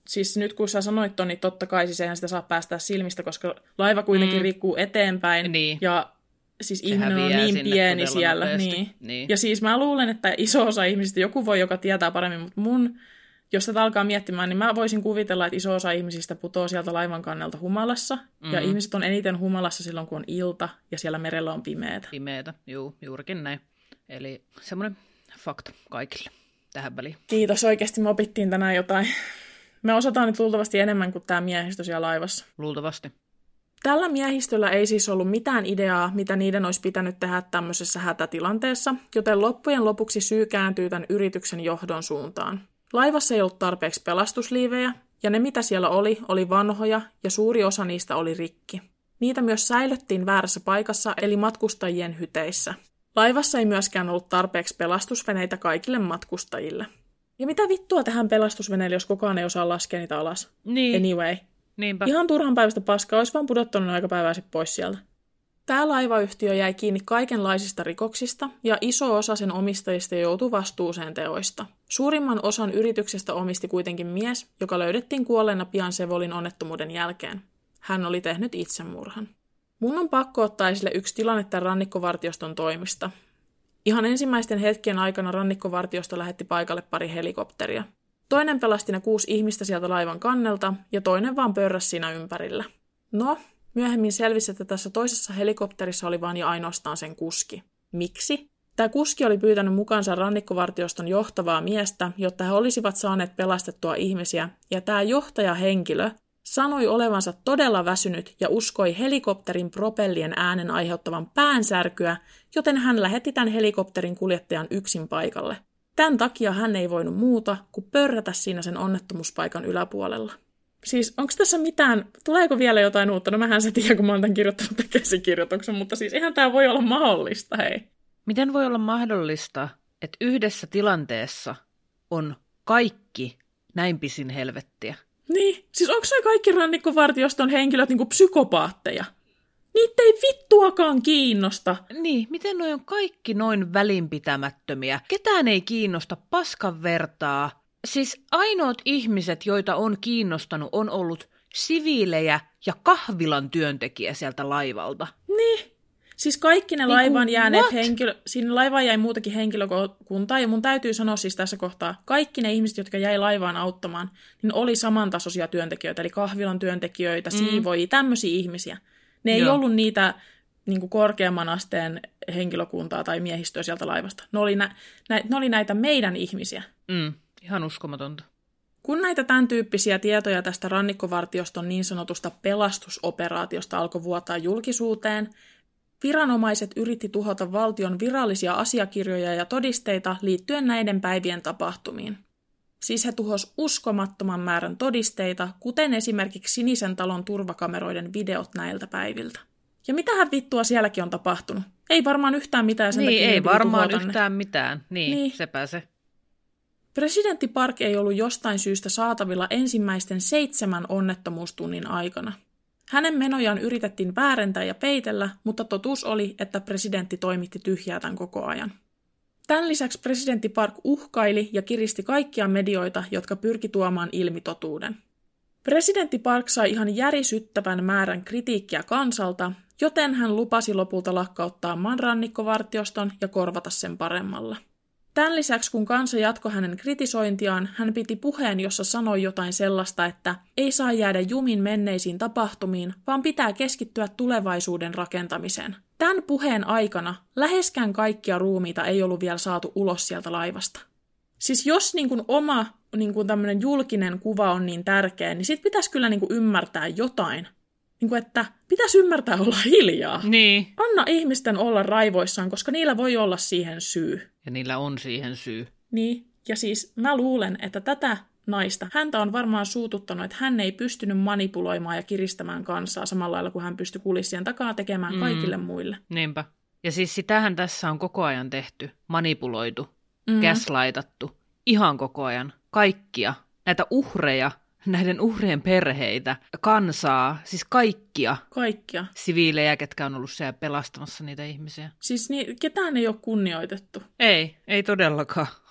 siis nyt kun sä sanoit ton, niin totta kai siis eihän sitä saa päästää silmistä, koska laiva kuitenkin mm. rikkuu eteenpäin. Niin. Ja siis se ihminen on niin pieni siellä. Niin. Niin. Ja siis mä luulen, että iso osa ihmisistä, joku voi, joka tietää paremmin, mutta mun, jos tätä alkaa miettimään, niin mä voisin kuvitella, että iso osa ihmisistä putoo sieltä laivan kannelta humalassa. Mm. Ja ihmiset on eniten humalassa silloin, kun on ilta ja siellä merellä on pimeätä. Pimeätä, juu, juurikin näin. Eli semmoinen fakta kaikille tähän väliin. Kiitos, oikeasti me opittiin tänään jotain. Me osataan nyt luultavasti enemmän kuin tämä miehistö siellä laivassa. Luultavasti. Tällä miehistöllä ei siis ollut mitään ideaa, mitä niiden olisi pitänyt tehdä tämmöisessä hätätilanteessa, joten loppujen lopuksi syy kääntyy tämän yrityksen johdon suuntaan. Laivassa ei ollut tarpeeksi pelastusliivejä, ja ne mitä siellä oli, oli vanhoja, ja suuri osa niistä oli rikki. Niitä myös säilyttiin väärässä paikassa, eli matkustajien hyteissä. Laivassa ei myöskään ollut tarpeeksi pelastusveneitä kaikille matkustajille. Ja mitä vittua tähän pelastusveneelle, jos kukaan ei osaa laskea niitä alas? Niin. Anyway. Niinpä. Ihan turhan päivästä paskaa, olisi vaan pudottanut aika päivää sitten pois sieltä. Tämä laivayhtiö jäi kiinni kaikenlaisista rikoksista, ja iso osa sen omistajista joutui vastuuseen teoista. Suurimman osan yrityksestä omisti kuitenkin mies, joka löydettiin kuolleena pian Sevolin onnettomuuden jälkeen. Hän oli tehnyt itsemurhan. Mun on pakko ottaa esille yksi tilanne tämän rannikkovartioston toimista. Ihan ensimmäisten hetkien aikana rannikkovartiosto lähetti paikalle pari helikopteria. Toinen pelasti ne kuusi ihmistä sieltä laivan kannelta, ja toinen vaan pörräsi siinä ympärillä. No, myöhemmin selvisi, että tässä toisessa helikopterissa oli vain ja ainoastaan sen kuski. Miksi? Tämä kuski oli pyytänyt mukaansa rannikkovartioston johtavaa miestä, jotta he olisivat saaneet pelastettua ihmisiä, ja tämä johtajahenkilö sanoi olevansa todella väsynyt ja uskoi helikopterin propellien äänen aiheuttavan päänsärkyä, joten hän lähetti tämän helikopterin kuljettajan yksin paikalle. Tämän takia hän ei voinut muuta kuin pörrätä siinä sen onnettomuuspaikan yläpuolella. Siis onko tässä mitään, tuleeko vielä jotain uutta? No mähän se tiedä, kun mä oon tämän kirjoittanut tämän käsikirjoituksen, mutta siis eihän tämä voi olla mahdollista, hei. Miten voi olla mahdollista, että yhdessä tilanteessa on kaikki näin pisin helvettiä? Niin, siis onko se kaikki rannikkovartioston henkilöt niinku psykopaatteja? Niitä ei vittuakaan kiinnosta. Niin, miten noi on kaikki noin välinpitämättömiä? Ketään ei kiinnosta paskan vertaa. Siis ainoat ihmiset, joita on kiinnostanut, on ollut siviilejä ja kahvilan työntekijä sieltä laivalta. Niin. Siis kaikki ne niin laivan jääneet henkilö... Siinä laivaan jäi muutakin henkilökuntaa, ja mun täytyy sanoa siis tässä kohtaa, kaikki ne ihmiset, jotka jäi laivaan auttamaan, niin oli samantasoisia työntekijöitä, eli kahvilan työntekijöitä, mm. siivoijia, tämmöisiä ihmisiä. Ne ei Joo. ollut niitä niin kuin korkeamman asteen henkilökuntaa tai miehistöä sieltä laivasta. Ne oli, nä, nä, ne oli näitä meidän ihmisiä. Mm, ihan uskomatonta. Kun näitä tämän tyyppisiä tietoja tästä rannikkovartioston niin sanotusta pelastusoperaatiosta alkoi vuotaa julkisuuteen, viranomaiset yritti tuhota valtion virallisia asiakirjoja ja todisteita liittyen näiden päivien tapahtumiin. Siis he tuhos uskomattoman määrän todisteita, kuten esimerkiksi Sinisen talon turvakameroiden videot näiltä päiviltä. Ja mitähän vittua sielläkin on tapahtunut? Ei varmaan yhtään mitään sen niin, takia. Ei varmaan yhtään ne. mitään. Niin, niin, sepä se. Presidentti Park ei ollut jostain syystä saatavilla ensimmäisten seitsemän onnettomuustunnin aikana. Hänen menojaan yritettiin väärentää ja peitellä, mutta totuus oli, että presidentti toimitti tyhjää tämän koko ajan. Tämän lisäksi presidentti Park uhkaili ja kiristi kaikkia medioita, jotka pyrki tuomaan ilmi totuuden. Presidentti Park sai ihan järisyttävän määrän kritiikkiä kansalta, joten hän lupasi lopulta lakkauttaa maan rannikkovartioston ja korvata sen paremmalla. Tämän lisäksi, kun kansa jatkoi hänen kritisointiaan, hän piti puheen, jossa sanoi jotain sellaista, että ei saa jäädä jumin menneisiin tapahtumiin, vaan pitää keskittyä tulevaisuuden rakentamiseen. Tämän puheen aikana läheskään kaikkia ruumiita ei ollut vielä saatu ulos sieltä laivasta. Siis jos niin kuin oma niin kuin tämmöinen julkinen kuva on niin tärkeä, niin sit pitäisi kyllä niin kuin ymmärtää jotain. Niin kuin, että pitäisi ymmärtää olla hiljaa. Niin. Anna ihmisten olla raivoissaan, koska niillä voi olla siihen syy. Ja niillä on siihen syy. Niin, ja siis mä luulen, että tätä naista, häntä on varmaan suututtanut, että hän ei pystynyt manipuloimaan ja kiristämään kansaa samalla lailla, kuin hän pystyi kulissien takaa tekemään kaikille mm. muille. Niinpä. Ja siis sitähän tässä on koko ajan tehty, manipuloitu, mm. gaslightattu, ihan koko ajan, kaikkia, näitä uhreja, näiden uhrien perheitä, kansaa, siis kaikkia. Kaikkia. Siviilejä, ketkä on ollut siellä pelastamassa niitä ihmisiä. Siis niin, ketään ei ole kunnioitettu. Ei, ei todellakaan.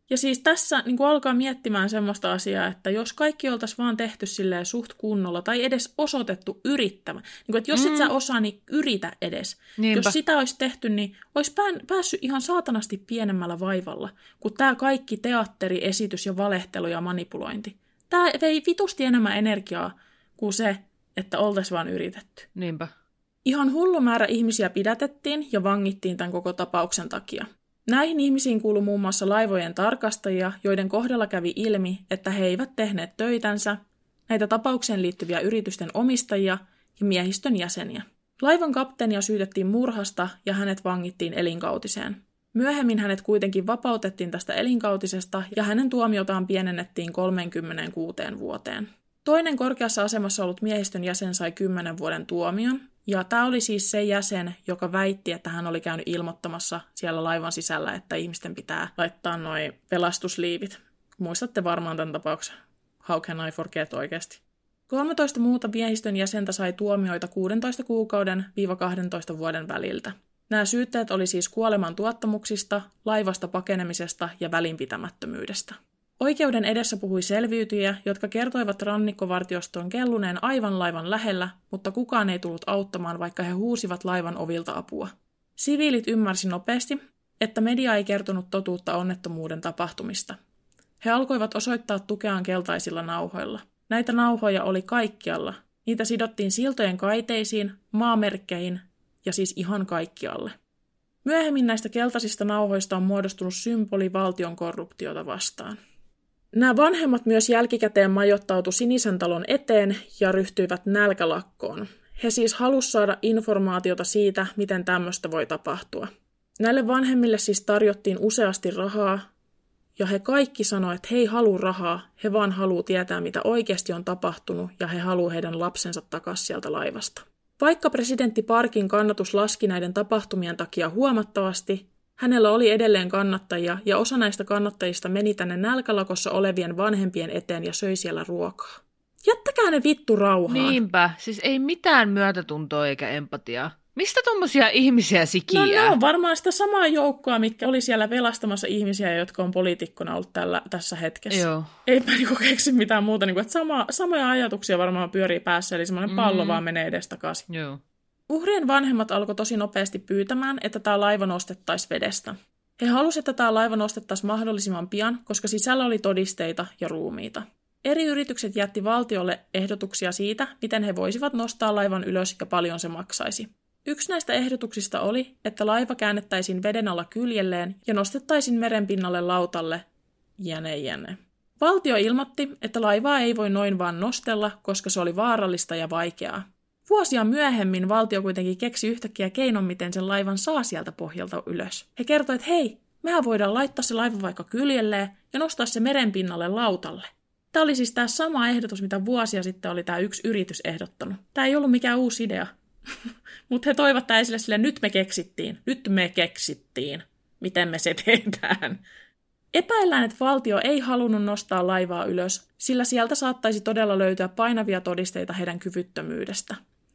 Ja siis tässä niin kuin alkaa miettimään semmoista asiaa, että jos kaikki oltaisiin vaan tehty silleen suht kunnolla tai edes osoitettu yrittämään. Niin kuin, että jos mm. et sä osaa, niin yritä edes. Niinpä. Jos sitä olisi tehty, niin olisi pään, päässyt ihan saatanasti pienemmällä vaivalla kuin tämä kaikki teatteri, esitys ja valehtelu ja manipulointi. Tämä vei vitusti enemmän energiaa kuin se, että oltaisiin vaan yritetty. Niinpä. Ihan hullu määrä ihmisiä pidätettiin ja vangittiin tämän koko tapauksen takia. Näihin ihmisiin kuului muun muassa laivojen tarkastajia, joiden kohdalla kävi ilmi, että he eivät tehneet töitänsä, näitä tapaukseen liittyviä yritysten omistajia ja miehistön jäseniä. Laivan kapteenia syytettiin murhasta ja hänet vangittiin elinkautiseen. Myöhemmin hänet kuitenkin vapautettiin tästä elinkautisesta ja hänen tuomiotaan pienennettiin kolmekymmentäkuusi vuoteen. Toinen korkeassa asemassa ollut miehistön jäsen sai kymmenen vuoden tuomion, ja tämä oli siis se jäsen, joka väitti, että hän oli käynyt ilmoittamassa siellä laivan sisällä, että ihmisten pitää laittaa noi pelastusliivit. Muistatte varmaan tämän tapauksen. How can I forget oikeasti? kolmetoista muuta miehistön jäsentä sai tuomioita kuusitoista kuukauden viiva kahdentoista vuoden väliltä. Nämä syytteet oli siis kuoleman tuottamuksista, laivasta pakenemisesta ja välinpitämättömyydestä. Oikeuden edessä puhui selviytyjiä, jotka kertoivat rannikkovartiostoon kelluneen aivan laivan lähellä, mutta kukaan ei tullut auttamaan, vaikka he huusivat laivan ovilta apua. Siviilit ymmärsi nopeasti, että media ei kertonut totuutta onnettomuuden tapahtumista. He alkoivat osoittaa tukeaan keltaisilla nauhoilla. Näitä nauhoja oli kaikkialla. Niitä sidottiin siltojen kaiteisiin, maamerkkeihin ja siis ihan kaikkialle. Myöhemmin näistä keltaisista nauhoista on muodostunut symboli valtion korruptiota vastaan. Nämä vanhemmat myös jälkikäteen majoittautu Sinisen talon eteen ja ryhtyivät nälkälakkoon. He siis halusivat saada informaatiota siitä, miten tämmöistä voi tapahtua. Näille vanhemmille siis tarjottiin useasti rahaa, ja he kaikki sanoivat, että he ei halua rahaa, he vaan haluaa tietää, mitä oikeasti on tapahtunut, ja he haluaa heidän lapsensa takaisin sieltä laivasta. Vaikka presidentti Parkin kannatus laski näiden tapahtumien takia huomattavasti, hänellä oli edelleen kannattajia, ja osa näistä kannattajista meni tänne nälkälakossa olevien vanhempien eteen ja söi siellä ruokaa. Jättäkää ne vittu rauhaan. Niinpä, siis ei mitään myötätuntoa eikä empatiaa. Mistä tommosia ihmisiä sikiää? No ne on varmaan sitä samaa joukkoa, mitkä oli siellä pelastamassa ihmisiä, jotka on poliitikkona ollut tällä, tässä hetkessä. Joo. Eipä niinku keksi mitään muuta, niinku, että sama, samoja ajatuksia varmaan pyörii päässä, eli semmoinen pallo mm. vaan menee edestakaisin. Joo. Uhrien vanhemmat alkoi tosi nopeasti pyytämään, että tämä laiva nostettaisiin vedestä. He halusivat, että tämä laiva nostettaisiin mahdollisimman pian, koska sisällä oli todisteita ja ruumiita. Eri yritykset jätti valtiolle ehdotuksia siitä, miten he voisivat nostaa laivan ylös ja paljon se maksaisi. Yksi näistä ehdotuksista oli, että laiva käännettäisiin veden alla kyljelleen ja nostettaisiin merenpinnalle lautalle, jne, jne. Valtio ilmoitti, että laivaa ei voi noin vaan nostella, koska se oli vaarallista ja vaikeaa. Vuosia myöhemmin valtio kuitenkin keksi yhtäkkiä keinon, miten sen laivan saa sieltä pohjalta ylös. He kertoivat, että hei, mehän voidaan laittaa se laiva vaikka kyljelleen ja nostaa se merenpinnalle lautalle. Tämä oli siis tämä sama ehdotus, mitä vuosia sitten oli tämä yksi yritys ehdottanut. Tämä ei ollut mikään uusi idea. Mutta he toivat tämä esille silleen, nyt me keksittiin, nyt me keksittiin, miten me se tehdään. Epäillään, että valtio ei halunnut nostaa laivaa ylös, sillä sieltä saattaisi todella löytyä painavia todisteita heidän kyvyttömyydestä.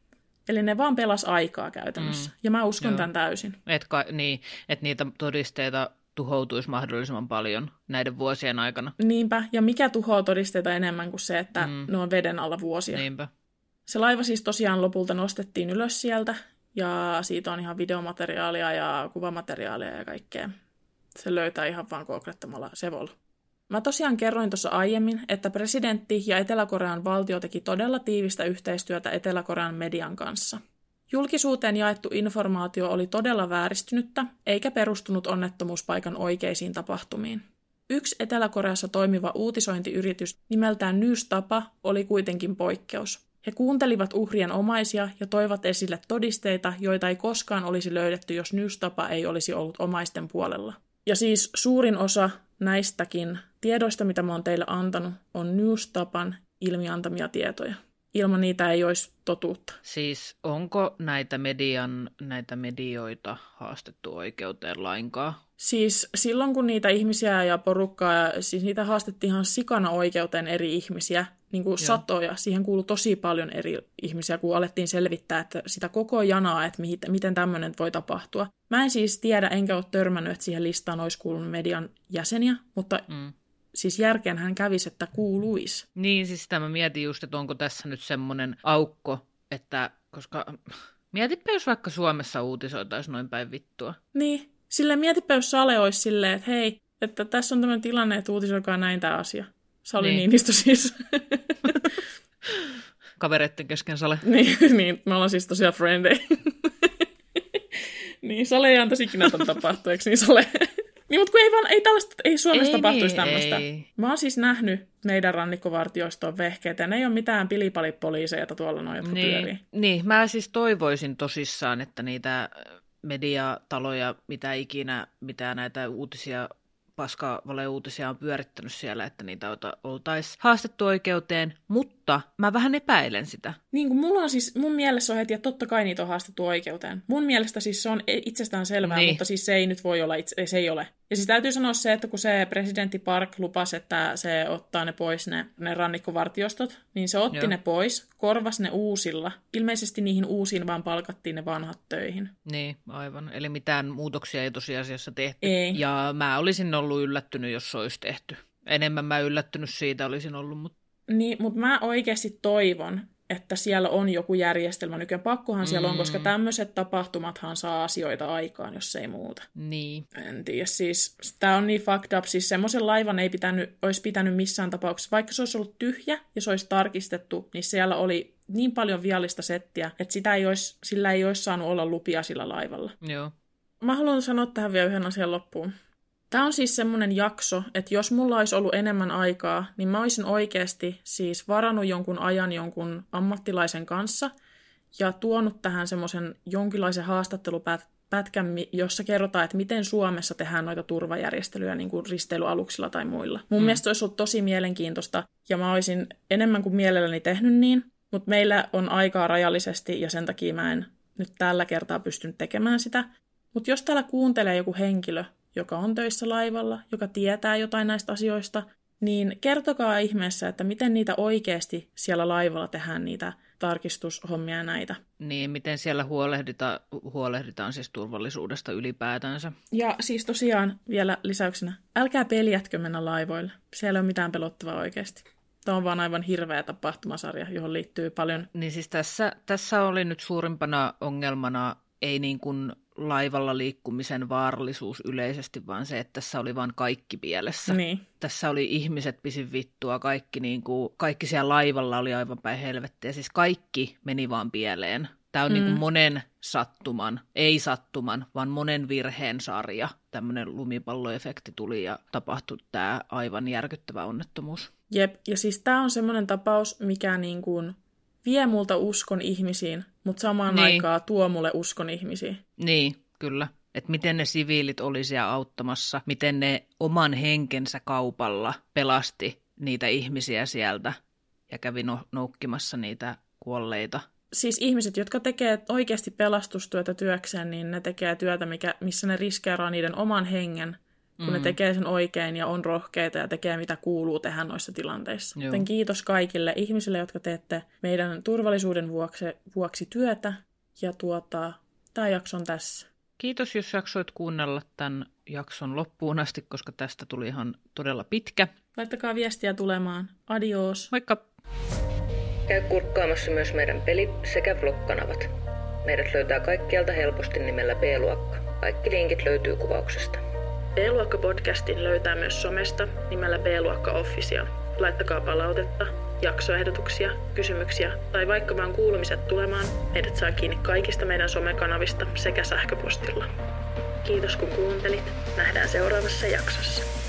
Eli ne vaan pelas aikaa käytännössä, mm. ja mä uskon Joo. tämän täysin. Et ka- niin, että niitä todisteita tuhoutuisi mahdollisimman paljon näiden vuosien aikana. Niinpä, ja mikä tuhoaa todisteita enemmän kuin se, että mm. ne on veden alla vuosia. Niinpä. Se laiva siis tosiaan lopulta nostettiin ylös sieltä, ja siitä on ihan videomateriaalia ja kuvamateriaalia ja kaikkea. Se löytää ihan vaan googlettamalla Sevol. Mä tosiaan kerroin tuossa aiemmin, että presidentti ja Etelä-Korean valtio teki todella tiivistä yhteistyötä Etelä-Korean median kanssa. Julkisuuteen jaettu informaatio oli todella vääristynyttä, eikä perustunut onnettomuuspaikan oikeisiin tapahtumiin. Yksi Etelä-Koreassa toimiva uutisointiyritys nimeltään Newstapa oli kuitenkin poikkeus. He kuuntelivat uhrien omaisia ja toivat esille todisteita, joita ei koskaan olisi löydetty, jos Newstapa ei olisi ollut omaisten puolella. Ja siis suurin osa näistäkin tiedoista, mitä mä oon teille antanut, on Newstapan ilmiantamia tietoja. ilman niitä ei olisi totuutta. Siis onko näitä median, näitä medioita haastettu oikeuteen lainkaan? Siis silloin, kun niitä ihmisiä ja porukkaa, siis niitä haastettiin ihan sikana oikeuteen eri ihmisiä, niin kuin satoja. Siihen kuului tosi paljon eri ihmisiä, kun alettiin selvittää, että sitä koko janaa, että miten tämmöinen voi tapahtua. Mä en siis tiedä, enkä ole törmännyt, että siihen listaan olisi kuulunut median jäseniä, mutta mm. siis järkeen hän kävisi, että kuuluisi. Niin, siis sitä mä mietin just, että onko tässä nyt semmoinen aukko, että koska mietipä, jos vaikka Suomessa uutisoitaisiin noin päin vittua. Niin. Silleen mietipä, jos Sale olisi silleen, että hei, että tässä on tämmöinen tilanne, että uutisoikaa näin tämä asia. Sali niin. Niinistö siis. Kavereitten kesken Sale. niin, niin, me ollaan siis tosiaan frendejä. niin, Sale ei antaisi ikinä tämän tapahtua, eikö niin Sale? niin, mutta kun ei, vaan, ei, tällaista, ei Suomessa ei tapahtuisi niin, tämmöistä. Ei. Mä oon siis nähnyt meidän rannikkovartioiston vehkeitä, ja ne ei ole mitään pilipalipoliiseja tuolla noin, jotka niin, pyörii. Niin, mä siis toivoisin tosissaan, että niitä mediataloja, mitä ikinä, mitä näitä uutisia, paskavaleuutisia on pyörittänyt siellä, että niitä oltaisiin haastettu oikeuteen, mutta mä vähän epäilen sitä. Niin kuin mulla on siis, mun mielessä on heti, että totta kai niitä on haastettu oikeuteen. Mun mielestä siis se on itsestään selvää, niin. Mutta siis se ei nyt voi olla, itse, se ei ole. Ja siis täytyy sanoa se, että kun se presidentti Park lupasi, että se ottaa ne pois ne, ne rannikkovartiostot, niin se otti Joo. ne pois, korvasi ne uusilla. Ilmeisesti niihin uusiin vaan palkattiin ne vanhat töihin. Niin, aivan. Eli mitään muutoksia ei tosiasiassa tehty. Ei. Ja mä olisin ollut yllättynyt, jos se olisi tehty. Enemmän mä yllättynyt siitä olisin ollut, mutta... Niin, mutta mä oikeasti toivon, että siellä on joku järjestelmä. Nykyään pakkohan siellä on, mm. koska tämmöiset tapahtumathan saa asioita aikaan, jos ei muuta. Niin. En tiedä, siis tämä on niin fucked up. Siis semmoisen laivan ei pitänyt, olisi pitänyt missään tapauksessa, vaikka se olisi ollut tyhjä ja se olisi tarkistettu, niin siellä oli niin paljon viallista settiä, että sitä ei olisi, sillä ei olisi saanut olla lupia sillä laivalla. Joo. Mä haluan sanoa tähän vielä yhden asian loppuun. Tämä on siis semmoinen jakso, että jos mulla olisi ollut enemmän aikaa, niin mä olisin oikeasti siis varannut jonkun ajan jonkun ammattilaisen kanssa ja tuonut tähän semmoisen jonkinlaisen haastattelupätkän, jossa kerrotaan, että miten Suomessa tehdään noita turvajärjestelyjä niin kuin risteilyaluksilla tai muilla. Mun mm. mielestä olisi ollut tosi mielenkiintoista ja mä olisin enemmän kuin mielelläni tehnyt niin, mutta meillä on aikaa rajallisesti ja sen takia mä en nyt tällä kertaa pystynyt tekemään sitä. Mutta jos täällä kuuntelee joku henkilö, joka on töissä laivalla, joka tietää jotain näistä asioista, niin kertokaa ihmeessä, että miten niitä oikeasti siellä laivalla tehdään niitä tarkistushommia ja näitä. Niin, miten siellä huolehditaan, huolehditaan siis turvallisuudesta ylipäätänsä. Ja siis tosiaan vielä lisäyksenä, älkää peljätkö mennä laivoille. Siellä ei ole mitään pelottavaa oikeasti. Tämä on vaan aivan hirveä tapahtumasarja, johon liittyy paljon. Niin siis tässä, tässä oli nyt suurimpana ongelmana ei niin kuin laivalla liikkumisen vaarallisuus yleisesti, vaan se, että tässä oli vaan kaikki pielessä. Niin. Tässä oli ihmiset pisin vittua, kaikki, niin kuin, kaikki siellä laivalla oli aivan päin helvettiä. Siis kaikki meni vaan pieleen. Tämä on mm. niin kuin monen sattuman, ei sattuman, vaan monen virheen sarja. Tämmöinen lumipalloefekti tuli ja tapahtui tämä aivan järkyttävä onnettomuus. Jep, ja siis tämä on semmoinen tapaus, mikä niin kuin vie multa uskon ihmisiin, mutta samaan niin. aikaan tuo mulle uskon ihmisiin. Niin, kyllä. Että miten ne siviilit oli siellä auttamassa, miten ne oman henkensä kaupalla pelasti niitä ihmisiä sieltä ja kävi no- noukkimassa niitä kuolleita. Siis ihmiset, jotka tekee oikeasti pelastustyötä työkseen, niin ne tekee työtä, mikä, missä ne riskeeraa niiden oman hengen, kun mm. ne tekee sen oikein ja on rohkeita ja tekee mitä kuuluu tehdä noissa tilanteissa. Joten kiitos kaikille ihmisille, jotka teette meidän turvallisuuden vuoksi, vuoksi työtä. Ja tuota, tämä jakso on tässä. Kiitos, jos jaksoit kuunnella tämän jakson loppuun asti, koska tästä tuli ihan todella pitkä. Laittakaa viestiä tulemaan. Adios. Moikka! Käy kurkkaamassa myös meidän peli- sekä vlog-kanavat. Meidät löytää kaikkialta helposti nimellä B-luokka. Kaikki linkit löytyy kuvauksesta. B-luokka-podcastin löytää myös somesta nimellä B-luokka Official. Laittakaa palautetta, jaksoehdotuksia, kysymyksiä tai vaikka vaan kuulumiset tulemaan. Meidät saa kiinni kaikista meidän somekanavista sekä sähköpostilla. Kiitos kun kuuntelit. Nähdään seuraavassa jaksossa.